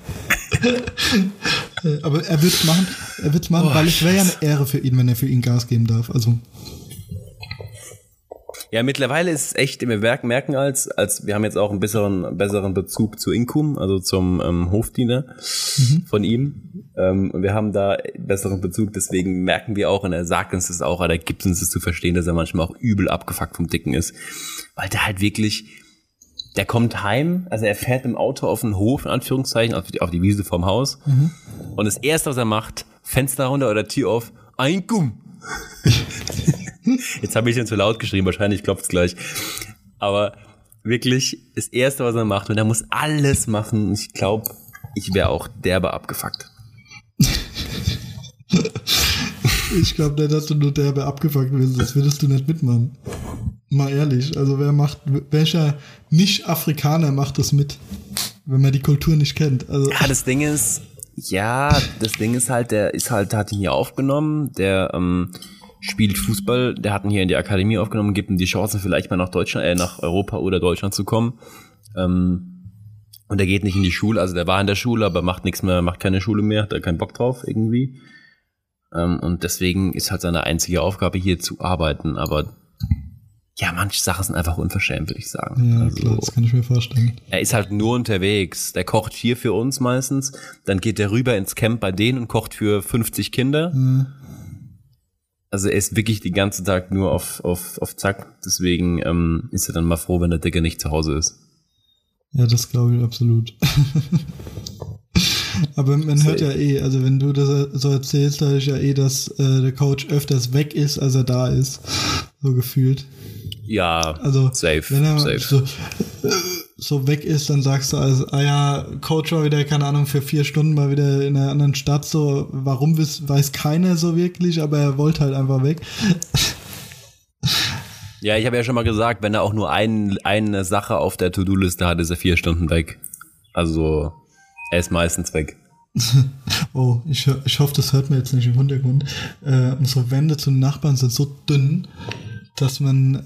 Aber er wird's machen, weil es wäre ja eine Ehre für ihn, wenn er für ihn Gas geben darf. Also. Ja, mittlerweile ist es echt, wir merken als wir haben jetzt auch einen besseren Bezug zu Inkum, also zum Hofdiener von ihm. Und wir haben da einen besseren Bezug, deswegen merken wir auch, und er sagt uns das auch, oder gibt uns das zu verstehen, dass er manchmal auch übel abgefuckt vom Dicken ist. Weil der halt wirklich, der kommt heim, also er fährt im Auto auf den Hof, in Anführungszeichen, auf die Wiese vorm Haus. Und das Erste, was er macht, Fenster runter oder Tür auf, Inkum. Jetzt habe ich ihn zu laut geschrieben, wahrscheinlich klopft's gleich. Aber wirklich, das Erste, was er macht, und er muss alles machen, und ich glaube, ich wäre auch derbe abgefuckt. Ich glaube nicht, dass du nur derbe abgefuckt wirst, das würdest du nicht mitmachen. Mal ehrlich, also welcher Nicht-Afrikaner macht das mit, wenn man die Kultur nicht kennt? Also ja, das Ding ist halt, hat ihn hier aufgenommen, der spielt Fußball, der hat ihn hier in die Akademie aufgenommen, gibt ihm die Chance, vielleicht mal nach Deutschland, nach Europa oder Deutschland zu kommen. Und er geht nicht in die Schule, also der war in der Schule, aber macht nichts mehr, macht keine Schule mehr, hat da keinen Bock drauf irgendwie. Und deswegen ist halt seine einzige Aufgabe hier zu arbeiten, aber ja, manche Sachen sind einfach unverschämt, würde ich sagen. Ja, also, klar, das kann ich mir vorstellen. Er ist halt nur unterwegs. Der kocht hier für uns meistens. Dann geht er rüber ins Camp bei denen und kocht für 50 Kinder. Also er ist wirklich den ganzen Tag nur auf Zack. Deswegen ist er dann mal froh, wenn der Dicke nicht zu Hause ist. Ja, das glaube ich absolut. Aber man hört ja also wenn du das so erzählst, höre ich ja dass der Coach öfters weg ist, als er da ist. So gefühlt. Ja, also, safe. Wenn er so weg ist, dann sagst du also, Coach war wieder, keine Ahnung, für 4 Stunden mal wieder in einer anderen Stadt, so, warum weiß keiner so wirklich, aber er wollte halt einfach weg. Ja, ich habe ja schon mal gesagt, wenn er auch nur eine Sache auf der To-Do-Liste hat, ist er 4 Stunden weg. Also, er ist meistens weg. Oh, ich hoffe, das hört man jetzt nicht im Hintergrund. Unsere Wände zu den Nachbarn sind so dünn, dass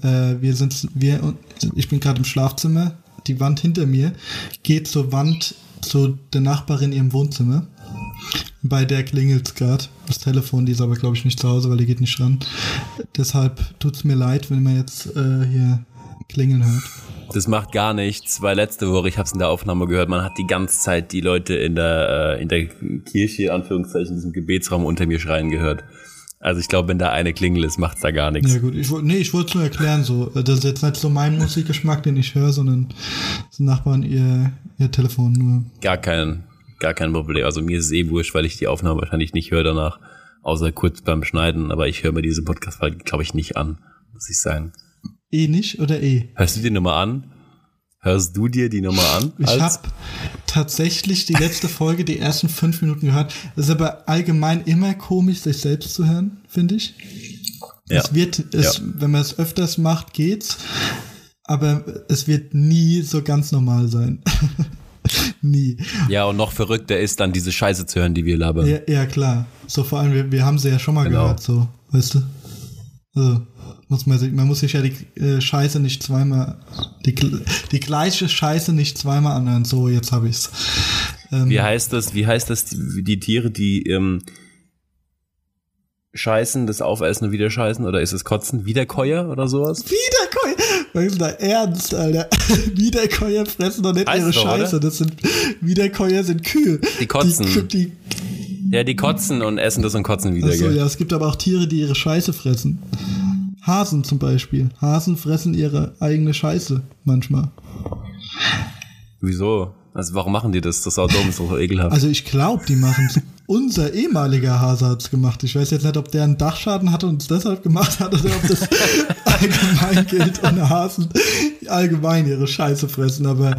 ich bin gerade im Schlafzimmer, die Wand hinter mir geht zur Wand zu der Nachbarin in ihrem Wohnzimmer. Bei der klingelt's gerade. Das Telefon, die ist aber, glaube ich, nicht zu Hause, weil die geht nicht ran. Deshalb tut's mir leid, wenn man jetzt hier klingeln hört. Das macht gar nichts, weil letzte Woche, ich habe es in der Aufnahme gehört, man hat die ganze Zeit die Leute in der Kirche, Anführungszeichen, in diesem Gebetsraum unter mir schreien gehört. Also ich glaube, wenn da eine Klingel ist, macht's da gar nichts. Ja gut, ich wollte es nur erklären, so. Das ist jetzt nicht so mein Musikgeschmack, den ich höre, sondern das Nachbarn ihr Telefon nur. Gar kein Problem. Also mir ist es wurscht, weil ich die Aufnahme wahrscheinlich nicht höre danach, außer kurz beim Schneiden, aber ich höre mir diese Podcast-Folge, glaube ich, nicht an, muss ich sagen. E nicht oder E? Hörst du dir nochmal an? Hörst du dir die Nummer an? Ich habe tatsächlich die letzte Folge, die ersten 5 Minuten gehört. Es ist aber allgemein immer komisch, sich selbst zu hören, finde ich. Ja. Wenn man es öfters macht, geht's. Aber es wird nie so ganz normal sein. Nie. Ja, und noch verrückter ist dann diese Scheiße zu hören, die wir labern. Ja, klar. So vor allem, wir haben sie ja schon mal gehört, so, weißt du? Also, man muss sich ja die Scheiße nicht zweimal, die gleiche Scheiße nicht zweimal anhören. So, jetzt habe ich's. Wie heißt das, die Tiere, die scheißen, das aufessen und wieder scheißen, oder ist es kotzen? Wiederkäuer oder sowas? Wiederkäuer? Was ist da ernst, Alter? Wiederkäuer fressen doch nicht ihre Scheiße. Oder? Wiederkäuer sind Kühe. Die kotzen. Die kotzen und essen das und kotzen wieder. Achso, ja, es gibt aber auch Tiere, die ihre Scheiße fressen. Hasen zum Beispiel. Hasen fressen ihre eigene Scheiße manchmal. Wieso? Also warum machen die das? Das ist auch dumm, ist auch ekelhaft. Also ich glaube, die machen es. Unser ehemaliger Hase hat es gemacht. Ich weiß jetzt nicht, ob der einen Dachschaden hatte und es deshalb gemacht hat oder ob das allgemein gilt und Hasen allgemein ihre Scheiße fressen. Aber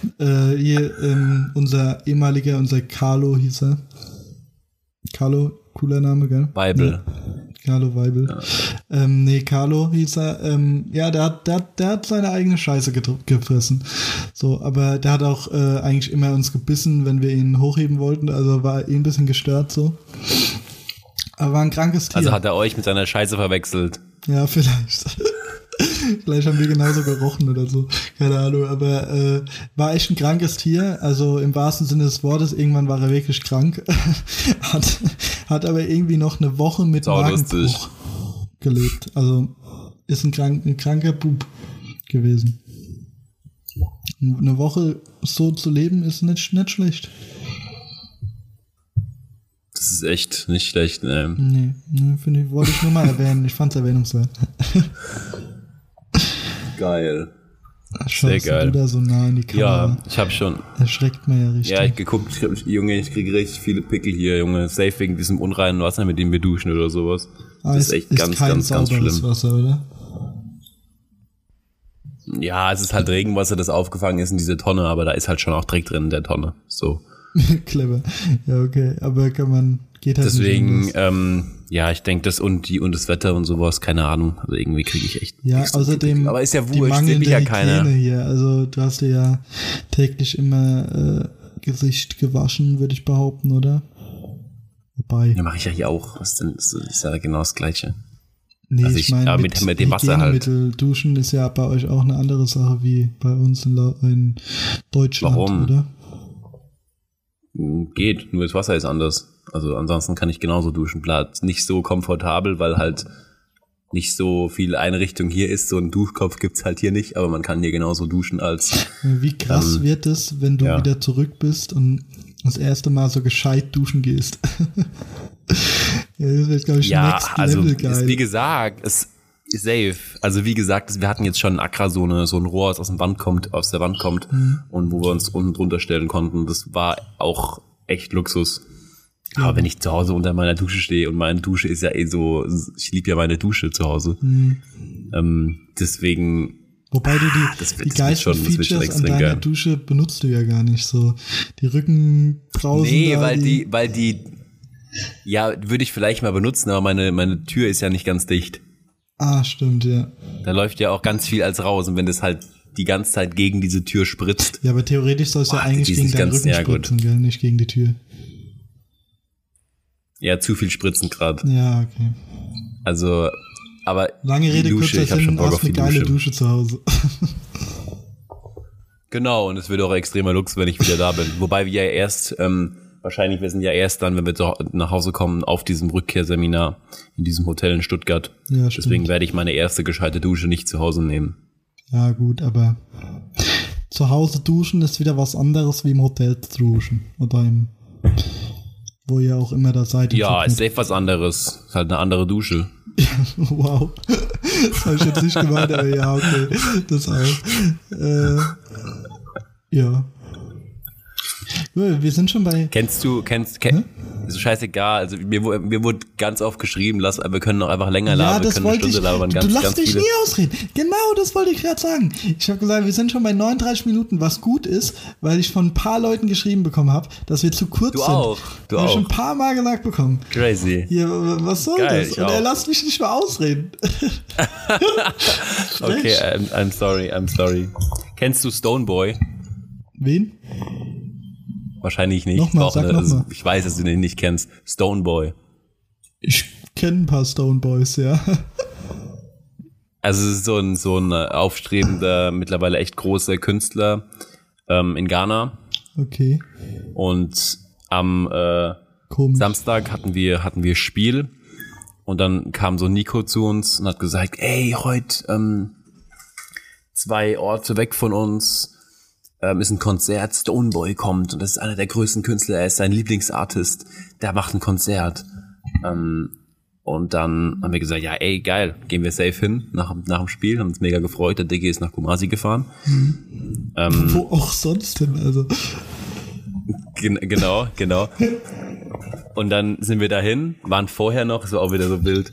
unser Carlo hieß er. Carlo, cooler Name, gell? Weibel. Ja. Carlo Weibel. Ja. Carlo hieß er. Der hat seine eigene Scheiße gefressen. So, aber der hat auch eigentlich immer uns gebissen, wenn wir ihn hochheben wollten. Also war ein bisschen gestört so. Aber war ein krankes Tier. Also hat er euch mit seiner Scheiße verwechselt. Ja, vielleicht. Vielleicht haben wir genauso gerochen oder so. Keine Ahnung, aber war echt ein krankes Tier. Also im wahrsten Sinne des Wortes, irgendwann war er wirklich krank. Hat aber irgendwie noch eine Woche mit Magenbruch gelebt. Also ist ein kranker Bub gewesen. Eine Woche so zu leben ist nicht schlecht. Das ist echt nicht schlecht, ne? Nee, wollte ich nur mal erwähnen. Ich fand's erwähnungswert. Geil. Sehr geil. Du da so nah in die Kamera. Ja, ich hab schon. Erschreckt mir ja richtig. Ja, ich geguckt, Junge, ich kriege richtig viele Pickel hier, Junge. Safe wegen diesem unreinen Wasser, mit dem wir duschen oder sowas. Das ist echt ganz schlimm. Wasser, oder? Ja, es ist halt Regenwasser, das aufgefangen ist in dieser Tonne, aber da ist halt schon auch Dreck drin in der Tonne. So. Clever. Ja, okay. Aber geht halt deswegen, nicht ja, ich denke das und das Wetter und sowas, keine Ahnung. Also irgendwie kriege ich echt. Ja, außerdem. Aber ist ja wurscht, sieht mich ja keiner. Hier. Also du hast dir ja täglich immer Gesicht gewaschen, würde ich behaupten, oder? Wobei. Ja, mache ich ja hier auch. Was denn? Das ist ja genau das Gleiche. Nee, also ich meine, mit dem Wasser halt. Duschen ist ja bei euch auch eine andere Sache wie bei uns in Deutschland, Warum? Oder? Geht, nur das Wasser ist anders. Also ansonsten kann ich genauso duschen. Klar, nicht so komfortabel, weil halt nicht so viel Einrichtung hier ist. So einen Duschkopf gibt's halt hier nicht, aber man kann hier genauso duschen als... Wie krass wird es, wenn du wieder zurück bist und das erste Mal so gescheit duschen gehst? Ja, das wird, glaube ich, next level geil. Ist, wie gesagt, es ist safe. Also wie gesagt, wir hatten jetzt schon ein Accra, so ein Rohr, das aus der Wand kommt und wo wir uns unten drunter stellen konnten. Das war auch echt Luxus. Ja. Aber wenn ich zu Hause unter meiner Dusche stehe und meine Dusche ist ja so, ich liebe ja meine Dusche zu Hause. Deswegen... Wobei du die geilsten Features an deiner Dusche benutzt du ja gar nicht so. Die Rückenbrausen. Nee, weil die ja, würde ich vielleicht mal benutzen, aber meine Tür ist ja nicht ganz dicht. Ah, stimmt, ja. Da läuft ja auch ganz viel als raus und wenn das halt die ganze Zeit gegen diese Tür spritzt. Ja, aber theoretisch soll es ja eigentlich gegen deinen Rücken spritzen, gell? Nicht gegen die Tür. Ja, zu viel spritzen gerade. Ja, okay. Also, aber lange Rede, kurzer Sinn, hast eine geile Dusche zu Hause. Genau, und es wird auch extremer Lux, wenn ich wieder da bin. Wobei wir ja erst, wahrscheinlich, wir sind ja erst dann, wenn wir nach Hause kommen, auf diesem Rückkehrseminar in diesem Hotel in Stuttgart. Ja, deswegen werde ich meine erste gescheite Dusche nicht zu Hause nehmen. Ja, gut, aber zu Hause duschen ist wieder was anderes wie im Hotel zu duschen. Oder wo ihr auch immer da seid. Ja, ist safe was anderes. Ist halt eine andere Dusche. Wow. Das habe ich jetzt nicht gemeint, aber ja, okay. Das auch. Ja. Wir sind schon bei... Ist so scheißegal. Also mir wurde ganz oft geschrieben, wir können noch einfach länger labern, wir können eine Stunde labern. Du lässt mich nie ausreden. Genau, das wollte ich gerade sagen. Ich habe gesagt, wir sind schon bei 39 Minuten, was gut ist, weil ich von ein paar Leuten geschrieben bekommen habe, dass wir zu kurz sind. Du auch. Ich schon ein paar Mal gesagt bekommen. Crazy. Hier, was soll Geil, das? Und er lässt mich nicht mehr ausreden. Okay, I'm sorry. Kennst du Stoneboy? Wen? Wahrscheinlich nicht. Nochmal. Ich weiß, dass du den nicht kennst. Stoneboy. Ich kenne ein paar Stoneboys, ja. Also es ist so ein aufstrebender, mittlerweile echt großer Künstler in Ghana. Okay. Und am Samstag hatten wir Spiel und dann kam so Nico zu uns und hat gesagt, ey, heute 2 Orte weg von uns ist ein Konzert, Stoneboy kommt und das ist einer der größten Künstler, er ist sein Lieblingsartist, der macht ein Konzert. Und dann haben wir gesagt, ja ey, geil, gehen wir safe hin nach dem Spiel, haben uns mega gefreut, der Diggi ist nach Kumasi gefahren. Wo auch sonst hin, also. Genau. Und dann sind wir dahin, waren vorher noch, es war auch wieder so wild,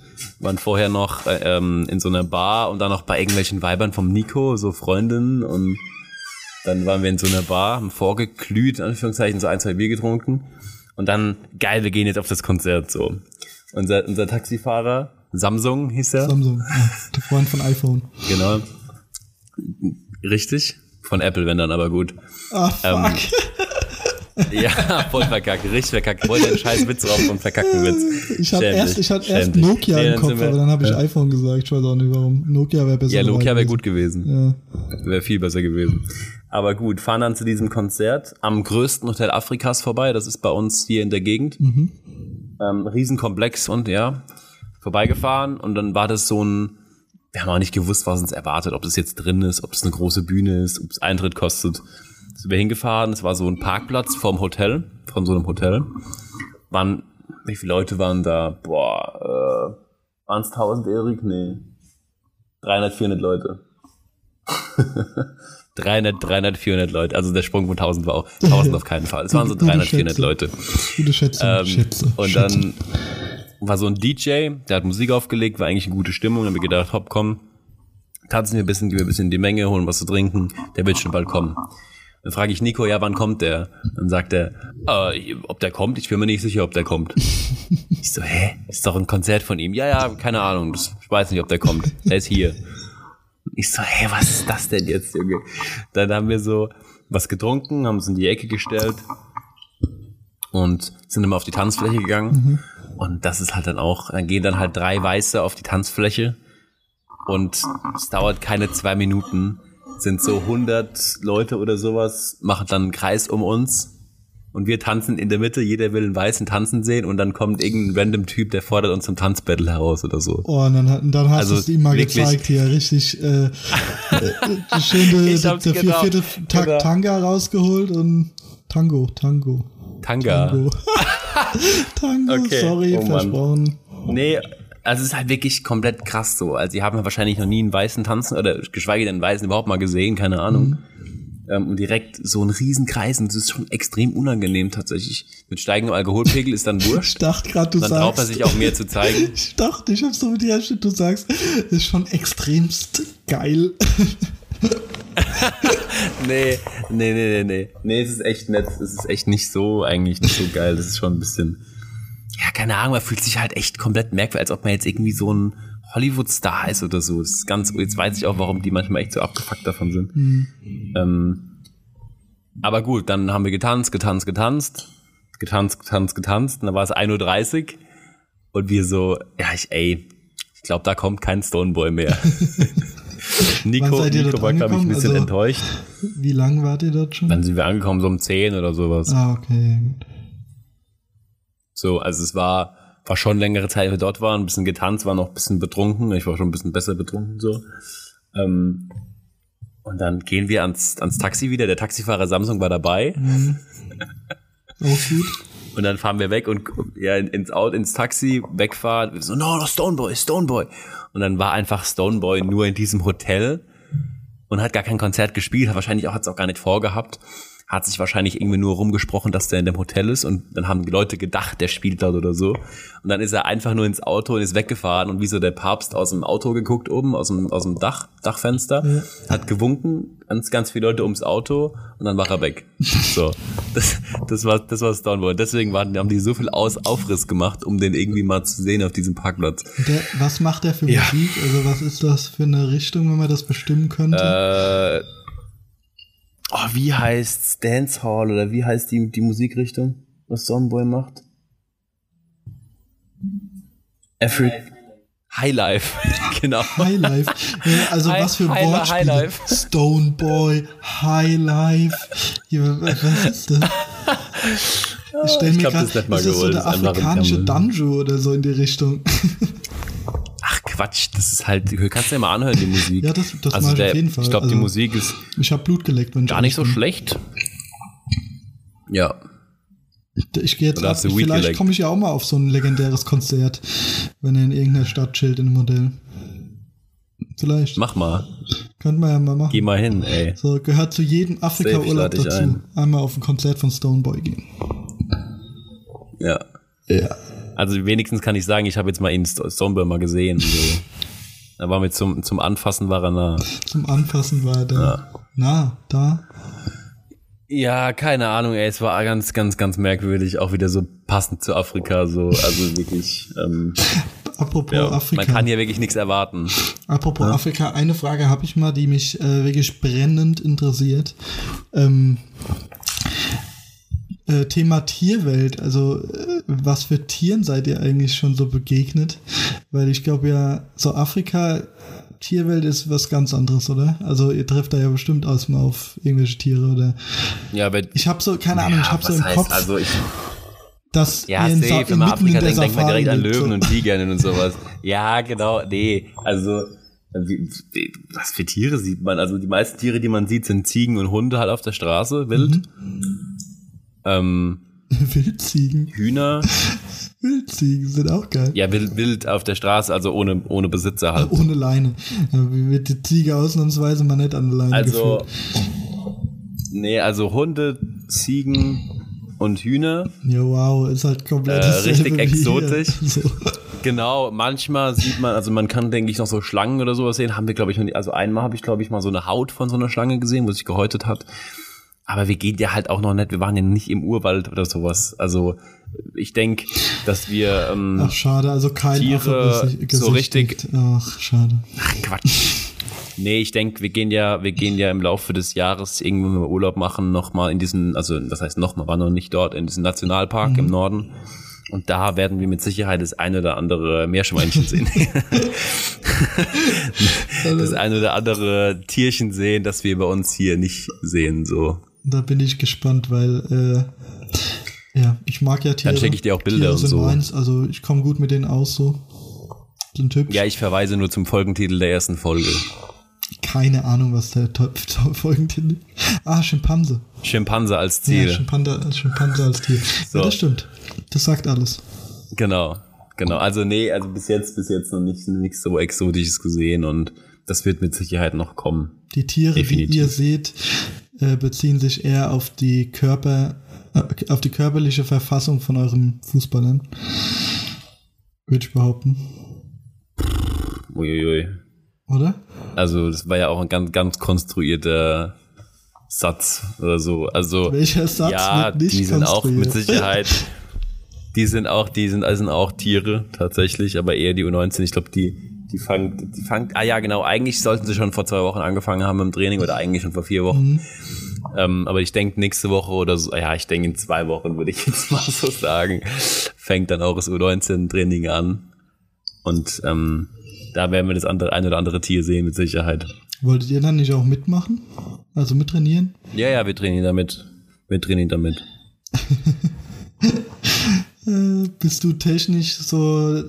in so einer Bar und dann noch bei irgendwelchen Weibern vom Nico, so Freundinnen, und dann waren wir in so einer Bar, haben vorgeglüht, in Anführungszeichen, so 1, 2 Bier getrunken und dann, geil, wir gehen jetzt auf das Konzert, so. Unser Taxifahrer, Samsung hieß er. Samsung, ja, der Freund von iPhone. Genau. Richtig? Von Apple, wenn dann aber gut. Ah, fuck. Ja, voll verkackt, richtig verkackt. Ich wollte einen scheiß Witz drauf und verkackten Witz. Ich hatte erst Nokia im Kopf, aber dann habe ich iPhone gesagt. Ich weiß auch nicht warum. Nokia wäre besser. Ja, Nokia wäre gut gewesen. Ja. Wäre viel besser gewesen. Aber gut, fahren dann zu diesem Konzert am größten Hotel Afrikas vorbei. Das ist bei uns hier in der Gegend. Riesenkomplex und ja, vorbeigefahren. Und dann war das so ein, wir haben auch nicht gewusst, was uns erwartet. Ob das jetzt drin ist, ob es eine große Bühne ist, ob es Eintritt kostet. Sind wir hingefahren, es war so ein Parkplatz vorm Hotel, von so einem Hotel. Wie viele Leute waren da? Waren es 1000, Erik? Nee. 300, 400 Leute. 300, 400 Leute. Also der Sprung von 1000 war auch 1000 auf keinen Fall. Es waren so 300, 400 Leute. Gute Schätze. Und dann war so ein DJ, der hat Musik aufgelegt, war eigentlich eine gute Stimmung. Dann haben wir gedacht, hopp, komm, tanzen wir ein bisschen, gehen wir ein bisschen in die Menge, holen was zu trinken. Der wird schon bald kommen. Dann frage ich Nico, ja, wann kommt der? Dann sagt er, ob der kommt? Ich bin mir nicht sicher, ob der kommt. Ich so, ist doch ein Konzert von ihm. Ja, keine Ahnung, ich weiß nicht, ob der kommt. Der ist hier. Ich so, was ist das denn jetzt, Junge? Dann haben wir so was getrunken, haben uns in die Ecke gestellt und sind immer auf die Tanzfläche gegangen. Und das ist halt dann gehen dann halt 3 Weiße auf die Tanzfläche und es dauert keine 2 Minuten. Sind so 100 Leute oder sowas, machen dann einen Kreis um uns und wir tanzen in der Mitte, jeder will einen Weißen tanzen sehen und dann kommt irgendein random Typ, der fordert uns zum Tanzbattle heraus oder so. Oh, und dann hast du es ihm mal gezeigt hier, richtig schön der 4. Tag Tanga rausgeholt und Tango. Tango, okay. Sorry, versprochen. Nee, also es ist halt wirklich komplett krass so. Also die haben wahrscheinlich noch nie einen Weißen tanzen oder geschweige denn einen Weißen überhaupt mal gesehen, keine Ahnung. Und direkt so ein Riesenkreis und das ist schon extrem unangenehm tatsächlich. Mit steigendem Alkoholpegel ist dann wurscht. Ich dachte gerade, du dann sagst. Dann traut er sich auch mehr zu zeigen. Ich hab so mit dir, du sagst, das ist schon extremst geil. Nee, es ist echt nett. Es ist echt nicht so geil. Das ist schon ein bisschen, ja, keine Ahnung, man fühlt sich halt echt komplett merkwürdig, als ob man jetzt irgendwie so ein Hollywood-Star ist oder so. Das ist ganz, jetzt weiß ich auch, warum die manchmal echt so abgefuckt davon sind. Aber gut, dann haben wir getanzt und dann war es 1:30 Uhr und wir so, ja, ich glaube, da kommt kein Stoneboy mehr. Nico war, glaube ich, ein bisschen enttäuscht. Wie lang wart ihr dort schon? Dann sind wir angekommen, so um 10 oder sowas. Ah, okay. So, also es war schon längere Zeit, wir dort waren, ein bisschen getanzt, war noch ein bisschen betrunken. Ich war schon ein bisschen besser betrunken, so. Und dann gehen wir ans Taxi wieder. Der Taxifahrer Samsung war dabei. Auch gut. Und dann fahren wir weg und ja, ins Taxi, wegfahren. Wir so, no, Stoneboy. Und dann war einfach Stoneboy nur in diesem Hotel und hat gar kein Konzert gespielt. Hat's auch gar nicht vorgehabt. hat sich wahrscheinlich irgendwie nur rumgesprochen, dass der in dem Hotel ist und dann haben die Leute gedacht, der spielt dort oder so. Und dann ist er einfach nur ins Auto und ist weggefahren und wie so der Papst aus dem Auto geguckt oben, aus dem Dachfenster, hat gewunken, ganz viele Leute ums Auto und dann war er weg. So, das war Stonewall. Deswegen haben die so viel Aufriss gemacht, um den irgendwie mal zu sehen auf diesem Parkplatz. Was macht der für Musik? Also was ist das für eine Richtung, wenn man das bestimmen könnte? Wie heißt's? Dancehall oder wie heißt die Musikrichtung, was Stonebwoy macht? Highlife, genau. Highlife. Also was für ein Wortspiel. Highlife. Stonebwoy, Highlife. Was ist das? Ich stelle mir gerade, das ist so der afrikanische Danjo oder so in die Richtung. Ach Quatsch, das ist halt, du kannst ja mal anhören, die Musik. Ja, das also mache ich auf jeden Fall. Ich glaube, die Musik ist ich habe Blut geleckt, wenn ich gar nicht so schlecht. Ja. Ich gehe jetzt ab, vielleicht komme ich ja auch mal auf so ein legendäres Konzert, wenn er in irgendeiner Stadt chillt in einem Modell. Vielleicht. Mach mal. Könnte man ja mal machen. Geh mal hin, ey. So, gehört zu jedem Afrika-Urlaub dazu. Einmal auf ein Konzert von Stonebwoy gehen. Ja. Also wenigstens kann ich sagen, ich habe jetzt mal ihn Stonebwoy mal gesehen. So. Da war mir zum Anfassen war er nah. Zum Anfassen war er da. Da? Ja, keine Ahnung, ey, es war ganz, ganz, ganz merkwürdig, auch wieder so passend zu Afrika, so, also wirklich, Apropos Afrika. Man kann hier wirklich nichts erwarten. Apropos Afrika, eine Frage habe ich mal, die mich wirklich brennend interessiert. Thema Tierwelt, also was für Tieren seid ihr eigentlich schon so begegnet? Weil ich glaube ja, so Afrika, Tierwelt ist was ganz anderes, oder? Also ihr trefft da ja bestimmt mal auf irgendwelche Tiere, oder? Ja, aber ich habe so, keine Ahnung, ich habe so im Kopf, also dass ja, ihr safe, wenn man Afrika denkt man direkt an Löwen so. und Tigern und sowas. Ja, genau, nee, also was für Tiere sieht man? Also die meisten Tiere, die man sieht, sind Ziegen und Hunde halt auf der Straße, wild. Wildziegen. Hühner. Wildziegen sind auch geil. Ja, wild auf der Straße, also ohne Besitzer halt. Ohne Leine. Wie wird die Ziege ausnahmsweise mal nicht an der Leine geführt? Nee, also Hunde, Ziegen und Hühner. Ja, wow, ist halt komplett richtig exotisch. So. Genau, manchmal sieht man, also man kann, denke ich, noch so Schlangen oder sowas sehen. Haben wir, glaube ich, noch nicht, also einmal habe ich, glaube ich, mal so eine Haut von so einer Schlange gesehen, wo sich gehäutet hat. Aber wir gehen ja halt auch noch nicht, wir waren ja nicht im Urwald oder sowas. Also ich denke, dass wir ach, schade, also kein Tiere so richtig. Ach, schade. Ach, Quatsch. Nee, ich denke, wir gehen ja im Laufe des Jahres irgendwann, wenn wir Urlaub machen, nochmal in diesen, also das heißt nochmal, waren noch nicht dort, in diesem Nationalpark im Norden. Und da werden wir mit Sicherheit das ein oder andere Meerschweinchen sehen. Das ein oder andere Tierchen sehen, das wir bei uns hier nicht sehen, so. Da bin ich gespannt, weil ich mag ja Tiere. Dann schicke ich dir auch Bilder Tiere und sind so. Meins, also ich komme gut mit denen aus, so. Sind hübsch. Ja, ich verweise nur zum Folgentitel der ersten Folge. Keine Ahnung, was der Folgentitel ist. Ah, Schimpanse. Schimpanse als Ziel. Ja, Schimpanse als Tier. So. Ja, das stimmt. Das sagt alles. Genau. Also nee, also bis jetzt noch nichts so Exotisches gesehen und das wird mit Sicherheit noch kommen. Die Tiere, definitiv, die ihr seht, beziehen sich eher auf die körperliche Verfassung von euren Fußballern. Würde ich behaupten. Uiuiui. Oder? Also das war ja auch ein ganz, ganz konstruierter Satz oder so. Also welcher Satz ja, wird nicht die sind konstruiert? auch mit Sicherheit. Die sind auch Tiere tatsächlich, aber eher die U19. Ich glaube, die fangt. Ah ja, genau. Eigentlich sollten sie schon vor 2 Wochen angefangen haben im Training oder eigentlich schon vor 4 Wochen. Aber ich denke nächste Woche oder so. Ja, ich denke in 2 Wochen würde ich jetzt mal so sagen. Fängt dann auch das U19-Training an und da werden wir das ein oder andere Tier sehen mit Sicherheit. Wolltet ihr dann nicht auch mitmachen? Also mittrainieren? Ja, wir trainieren damit. Bist du technisch so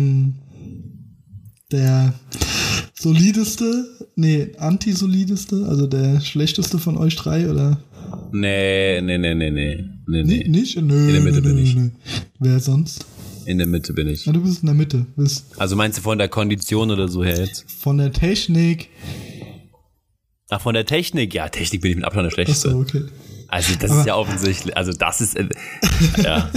der solideste? Nee, antisolideste? Also der schlechteste von euch 3, oder? Nee. Nicht? Nö, in der Mitte bin ich. Wer sonst? In der Mitte bin ich. Ja, du bist in der Mitte. Also meinst du von der Kondition oder so her jetzt? Von der Technik. Ach, von der Technik? Ja, Technik bin ich mit Abstand der Schlechteste. Achso, okay. Also das ist ja offensichtlich, also das ist, ja.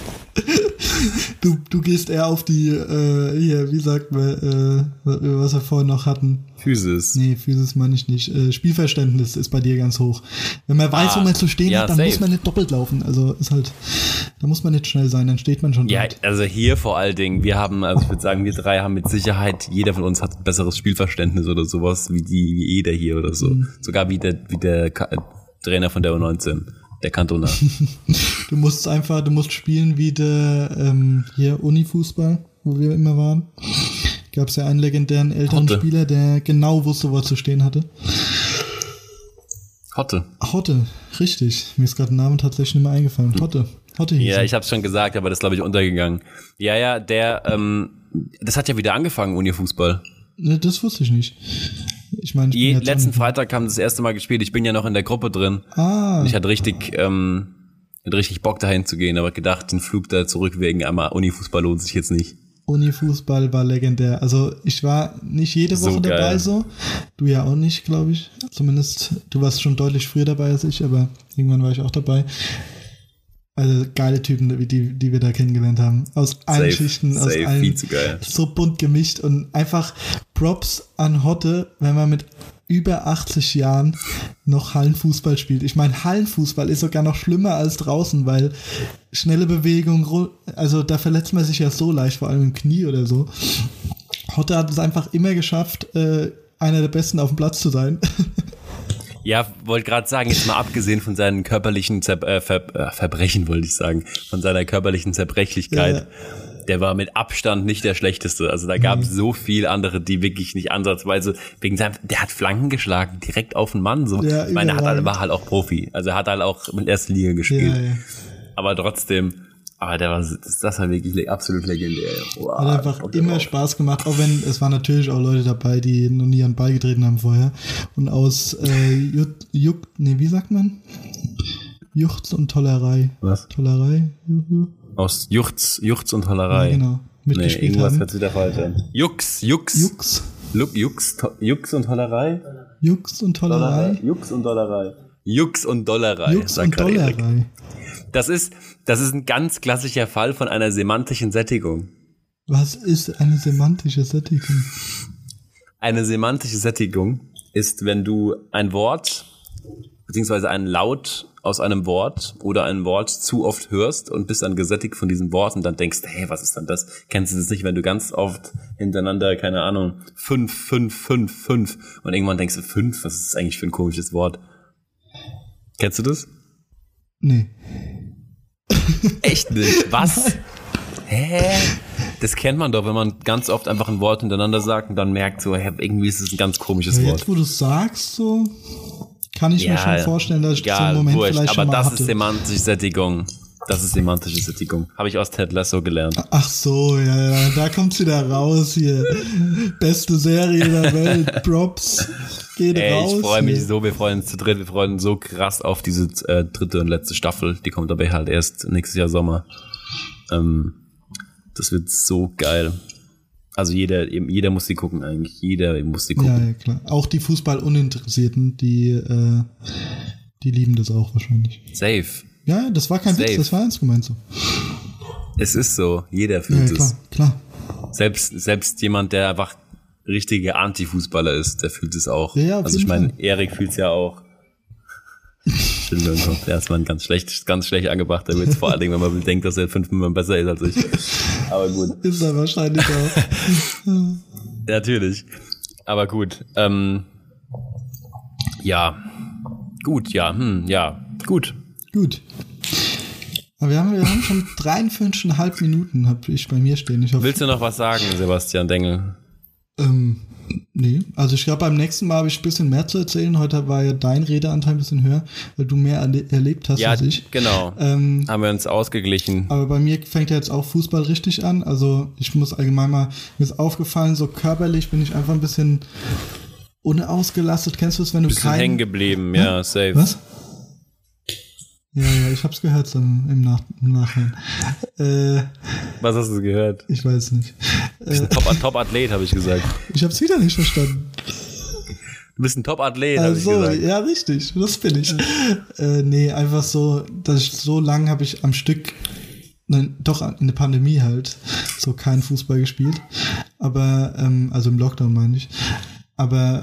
Du gehst eher auf die, hier, wie sagt man, was wir vorhin noch hatten. Physis. Nee, Physis meine ich nicht. Spielverständnis ist bei dir ganz hoch. Wenn man weiß, wo man zu stehen hat, dann safe. Muss man nicht doppelt laufen. Also ist halt, da muss man nicht schnell sein, dann steht man schon ja, dort. also hier vor allen Dingen, wir haben, also ich würde sagen, wir drei haben mit Sicherheit, jeder von uns hat ein besseres Spielverständnis oder sowas, wie jeder hier oder so. Sogar wie der Trainer von der U19. Der Cantona. Du musst spielen wie der hier Unifußball, wo wir immer waren. Gab es ja einen legendären älteren Spieler, der genau wusste, wo er zu stehen hatte. Hotte, richtig. Mir ist gerade ein Name tatsächlich nicht mehr eingefallen. Hotte hieß ja, ich hab's schon gesagt, aber das ist, glaube ich, untergegangen. Ja, das hat ja wieder angefangen, Unifußball. Das wusste ich nicht. Ich meine, letzten Freitag haben das erste Mal gespielt. Ich bin ja noch in der Gruppe drin. Und ich hatte richtig Bock dahin zu gehen, aber gedacht, den Flug da zurück wegen einmal Unifußball lohnt sich jetzt nicht. Unifußball war legendär. Also ich war nicht jede Woche dabei so. Du ja auch nicht, glaube ich. Zumindest, du warst schon deutlich früher dabei als ich, aber irgendwann war ich auch dabei. Also geile Typen, die wir da kennengelernt haben. Aus allen Schichten, aus allen. Viel zu geil. So bunt gemischt und einfach Props an Hotte, wenn man mit über 80 Jahren noch Hallenfußball spielt. Ich meine, Hallenfußball ist sogar noch schlimmer als draußen, weil schnelle Bewegung, also da verletzt man sich ja so leicht, vor allem im Knie oder so. Hotte hat es einfach immer geschafft, einer der Besten auf dem Platz zu sein. Ja, wollte gerade sagen, jetzt mal abgesehen von seinen körperlichen Verbrechen, wollte ich sagen, von seiner körperlichen Zerbrechlichkeit, der war mit Abstand nicht der Schlechteste. Also da gab es so viel andere, die wirklich nicht ansatzweise, der hat Flanken geschlagen, direkt auf den Mann. So. Ja, ich meine, war halt auch Profi, also er hat halt auch in der ersten Liga gespielt. Ja. Aber trotzdem, das war wirklich absolut legendär. Wow, hat einfach immer Spaß gemacht, auch wenn es waren natürlich auch Leute dabei, die noch nie an den Ball getreten haben vorher. Und aus wie sagt man? Juchz und Tollerei. Was? Tollerei? Aus Juchz und Tollerei. Ja, genau. Mitgespielt irgendwas haben. Wird wieder falsch an. Jux und Tollerei? Jux und Tollerei. Jux und Dollerei. Jux und Dollerei. Jux und Dollerei. Das ist ein ganz klassischer Fall von einer semantischen Sättigung. Was ist eine semantische Sättigung? Eine semantische Sättigung ist, wenn du ein Wort beziehungsweise einen Laut aus einem Wort oder ein Wort zu oft hörst und bist dann gesättigt von diesem Wort und dann denkst, hey, was ist denn das? Kennst du das nicht, wenn du ganz oft hintereinander, keine Ahnung, 5 und irgendwann denkst du, 5, was ist das eigentlich für ein komisches Wort? Kennst du das? Nee. Echt nicht? Was? Hä? Das kennt man doch, wenn man ganz oft einfach ein Wort hintereinander sagt und dann merkt so, hey, irgendwie ist es ein ganz komisches Wort. Jetzt, wo du es sagst, so kann ich mir schon vorstellen, dass ich so einen Moment vielleicht schon mal hatte. Aber das ist semantische Sättigung. Das ist semantische Sättigung. Habe ich aus Ted Lasso gelernt. Ach so, ja, da kommt's wieder raus hier. Beste Serie der Welt, Props. Geht raus. Ich freue mich so, wir freuen uns zu dritt, wir freuen uns so krass auf diese dritte und letzte Staffel. Die kommt aber halt erst nächstes Jahr Sommer. Das wird so geil. Also jeder muss die gucken eigentlich. Jeder muss die gucken. Ja, klar. Auch die Fußballuninteressierten, die lieben das auch wahrscheinlich. Safe. Ja, das war kein Witz, das war ernst gemeint so. Es ist so, jeder fühlt es. Klar. Selbst jemand, der einfach richtiger Anti-Fußballer ist, der fühlt es auch. Ja, also ich meine, Erik fühlt es ja auch. Der ist mal ganz schlecht angebracht, der Witz, vor allen Dingen, wenn man denkt, dass er 5 Minuten besser ist als ich. Aber gut. Ist er wahrscheinlich auch. Natürlich. Aber gut. Gut. Aber wir haben schon 53,5 Minuten, habe ich bei mir stehen. Willst du noch was sagen, Sebastian Dengel? Nee, also ich glaube, beim nächsten Mal habe ich ein bisschen mehr zu erzählen. Heute war ja dein Redeanteil ein bisschen höher, weil du mehr erlebt hast als ich. Ja, genau. Haben wir uns ausgeglichen. Aber bei mir fängt ja jetzt auch Fußball richtig an. Also ich muss allgemein mal, mir ist aufgefallen, so körperlich bin ich einfach ein bisschen unausgelastet. Kennst du es, wenn du bisschen hängen geblieben, ja, safe. Was? Ja, ich hab's gehört im Nachhinein. Was hast du gehört? Ich weiß nicht. Top-Athlet, habe ich gesagt. Ich hab's wieder nicht verstanden. Du bist ein Top-Athlet, also, hab ich gesagt. Ja, richtig, das bin ich. Nee, einfach so, dass ich so lange habe ich am Stück, doch in der Pandemie halt, so kein Fußball gespielt. Aber, also im Lockdown meine ich. Aber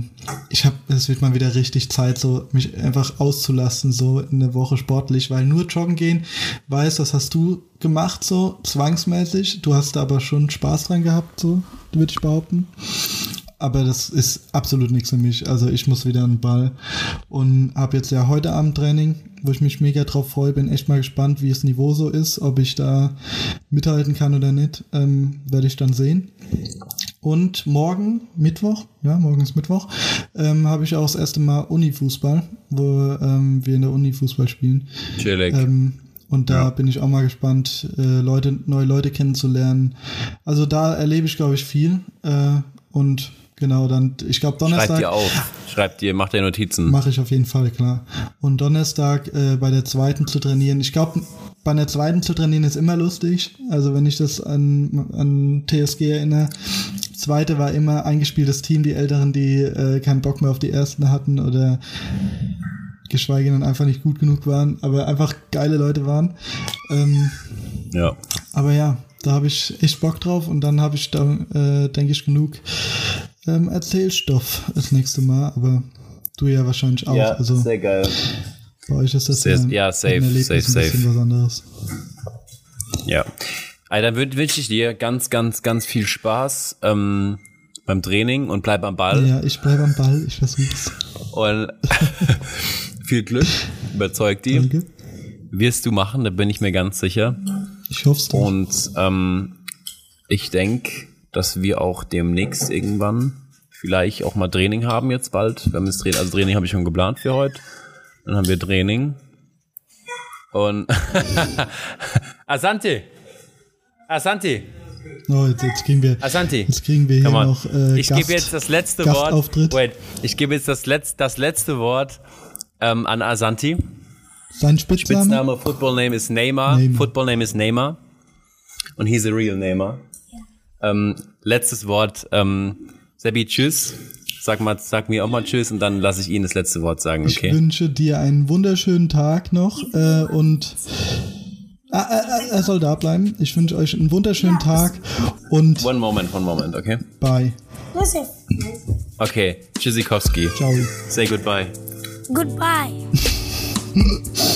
es wird mal wieder richtig Zeit, so mich einfach auszulassen, so in der Woche sportlich, weil nur joggen gehen, das hast du gemacht, so zwangsmäßig. Du hast da aber schon Spaß dran gehabt, so, würde ich behaupten. Aber das ist absolut nichts für mich. Also ich muss wieder an den Ball und habe jetzt ja heute Abend Training, wo ich mich mega drauf freue. Bin echt mal gespannt, wie das Niveau so ist, ob ich da mithalten kann oder nicht, werde ich dann sehen. Und morgen ist Mittwoch, habe ich auch das erste Mal Uni-Fußball, wo wir in der Uni Fußball spielen. Chillig. Und da bin ich auch mal gespannt, neue Leute kennenzulernen. Also da erlebe ich, glaube ich, viel. Und genau, dann, ich glaube Donnerstag... Schreib dir, mach dir Notizen. Mache ich auf jeden Fall, klar. Und Donnerstag bei der zweiten zu trainieren. Ich glaube, bei der zweiten zu trainieren ist immer lustig. Also wenn ich das an TSG erinnere, zweite war immer eingespieltes Team, die Älteren, die keinen Bock mehr auf die ersten hatten oder geschweige denn einfach nicht gut genug waren, aber einfach geile Leute waren. Ja. Aber ja, da habe ich echt Bock drauf und dann habe ich da, denke ich, genug Erzählstoff das nächste Mal, aber du ja wahrscheinlich auch. Ja, also sehr geil. Bei euch ist das safe. Ein bisschen was anderes. Ja. Also dann wünsche ich dir ganz, ganz, ganz viel Spaß beim Training und bleib am Ball. Ja, ich bleib am Ball, ich versuch's. Und viel Glück, überzeug die. Danke. Wirst du machen, da bin ich mir ganz sicher. Ich hoff's doch. Und ich denke, dass wir auch demnächst irgendwann vielleicht auch mal Training haben jetzt bald. Wir haben das Training, also Training habe ich schon geplant für heute. Dann haben wir Training. Und Asante! Oh, jetzt kriegen wir hier noch ich gebe jetzt das letzte Wort. Wait, ich gebe jetzt das letzte Wort an Asante. Sein Spitzname? Football name is Neymar. Football name is Neymar. Und he's a real Neymar. Letztes Wort. Sebi, tschüss. Sag mir auch mal tschüss und dann lasse ich Ihnen das letzte Wort sagen, okay? Ich wünsche dir einen wunderschönen Tag noch und er soll da bleiben. Ich wünsche euch einen wunderschönen Tag und... One moment, okay? Bye. Okay, Tschüssikowski. Ciao. Say goodbye. Goodbye.